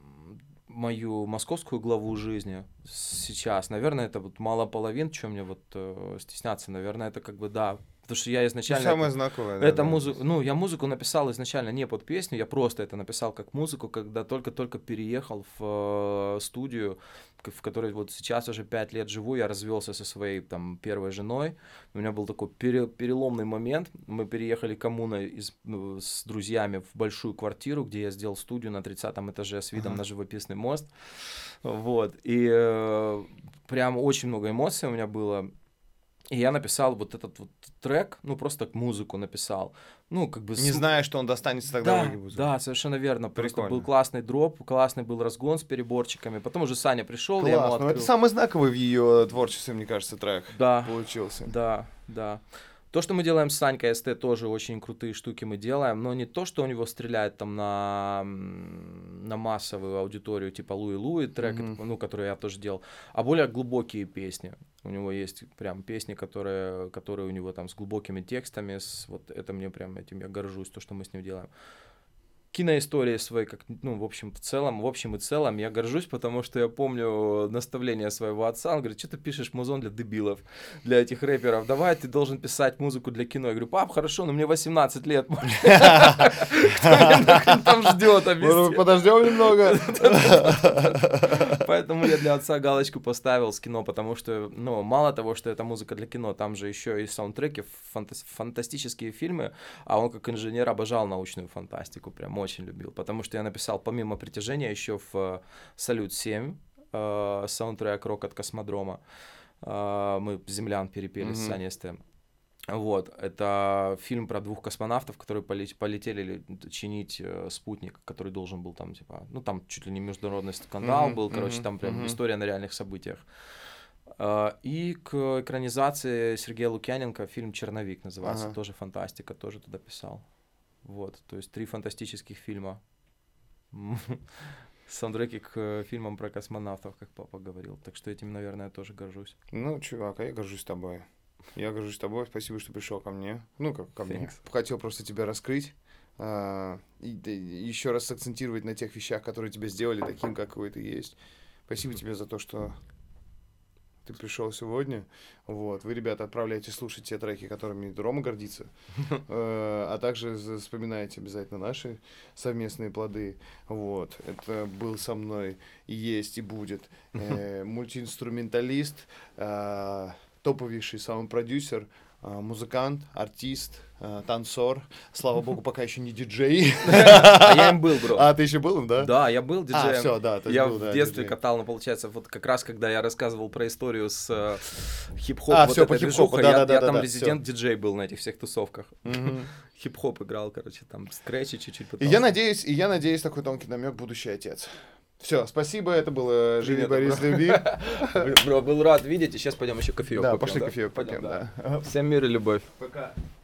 мою московскую главу жизни сейчас, наверное, это вот мало половин, чем мне вот э, стесняться, наверное, это как бы да, потому что я Ну, изначально самое это, знаковое. да, это да. музыку, ну я музыку написал изначально не под песню, я просто это написал как музыку, когда только-только переехал в э, студию, к- в которой вот сейчас уже пять лет живу, я развелся со своей там первой женой, у меня был такой пере- переломный момент, мы переехали коммуной из, ну, с друзьями в большую квартиру, где я сделал студию на тридцатом этаже с видом Ага. на живописный мост, вот, и э, прям очень много эмоций у меня было. И я написал вот этот вот трек, ну просто так музыку написал, ну как бы... Не с- зная, что он достанется тогда в Да, Эгибусу. да, совершенно верно. Просто Прикольно. был классный дроп, классный был разгон с переборчиками. Потом уже Саня пришел, я ему Класс. Ну, открыл. это самый знаковый в ее творчестве, мне кажется, трек Да, получился. да, да. То, что мы делаем с Санькой СТ, тоже очень крутые штуки мы делаем, но не то, что у него стреляет там на, м, на массовую аудиторию, типа Луи Луи трек, Мгм. это, ну, который я тоже делал, а более глубокие песни. У него есть прям песни, которые, которые у него там с глубокими текстами, с, вот это мне прям, этим я горжусь, то, что мы с ним делаем. Киноистории своей, как, ну, в общем, в целом, в общем и целом, я горжусь, потому что я помню наставление своего отца, он говорит, что ты пишешь музон для дебилов, для этих рэперов, давай, ты должен писать музыку для кино. Я говорю, пап, хорошо, но мне восемнадцать лет, кто меня нахрен там ждет, Ну, объясни. подождем немного. Поэтому я для отца галочку поставил с кино, потому что, ну, мало того, что это музыка для кино, там же еще и саундтреки, фанта- фантастические фильмы, а он как инженер обожал научную фантастику, прям очень любил, потому что я написал помимо «Притяжения» еще в э, «Салют семь» э, саундтрек «Рок от космодрома». Э, мы «Землян» перепели с Мгм. Саней СТ. Вот, это фильм про двух космонавтов, которые поле- полетели чинить э, спутник, который должен был там, типа, ну там чуть ли не международный скандал Мгм, был, короче, мгм, там прям мгм. история на реальных событиях. А, И к экранизации Сергея Лукьяненко фильм «Черновик» называется, Ага. тоже фантастика, тоже туда писал. Вот, то есть три фантастических фильма. Саундтреки к э, фильмам про космонавтов, как папа говорил. Так что этим, наверное, я тоже горжусь. Ну, чувак, а я горжусь тобой. Я горжусь тобой. Спасибо, что пришел ко мне. Ну, как ко мне. Thanks. Хотел просто тебя раскрыть. а, и, и еще раз акцентировать на тех вещах, которые тебя сделали таким, какой ты есть. Спасибо тебе за то, что ты пришел сегодня. Вот. Вы, ребята, отправляйте слушать те треки, которыми Рома гордится. А также вспоминайте обязательно наши совместные плоды. Вот. Это был со мной и есть, и будет мультиинструменталист, топовейший саунд-продюсер, музыкант, артист, танцор. Слава богу, пока еще не диджей. А я им был, бро. А, ты еще был им, да? Да, я был диджеем. А, все, да. Я был, в да, детстве диджей. катал, ну, получается, вот как раз, когда я рассказывал про историю с э, хип-хоп, А, вот всё, этой по хип-хопу, движухой, да, я, да, да, я да, там да, резидент-диджей был на этих всех тусовках. Мгм. Хип-хоп играл, короче, там скретчи чуть-чуть И пытался. я надеюсь, и я надеюсь, такой тонкий намек, будущий отец. Все, спасибо, это было «Живи, Привет, Борис, бро. люби». Бро, был рад видеть, и сейчас пойдем еще кофеек Да, попьем, пошли кофеек Пойдем, попьем, да. Всем мир и любовь. Пока.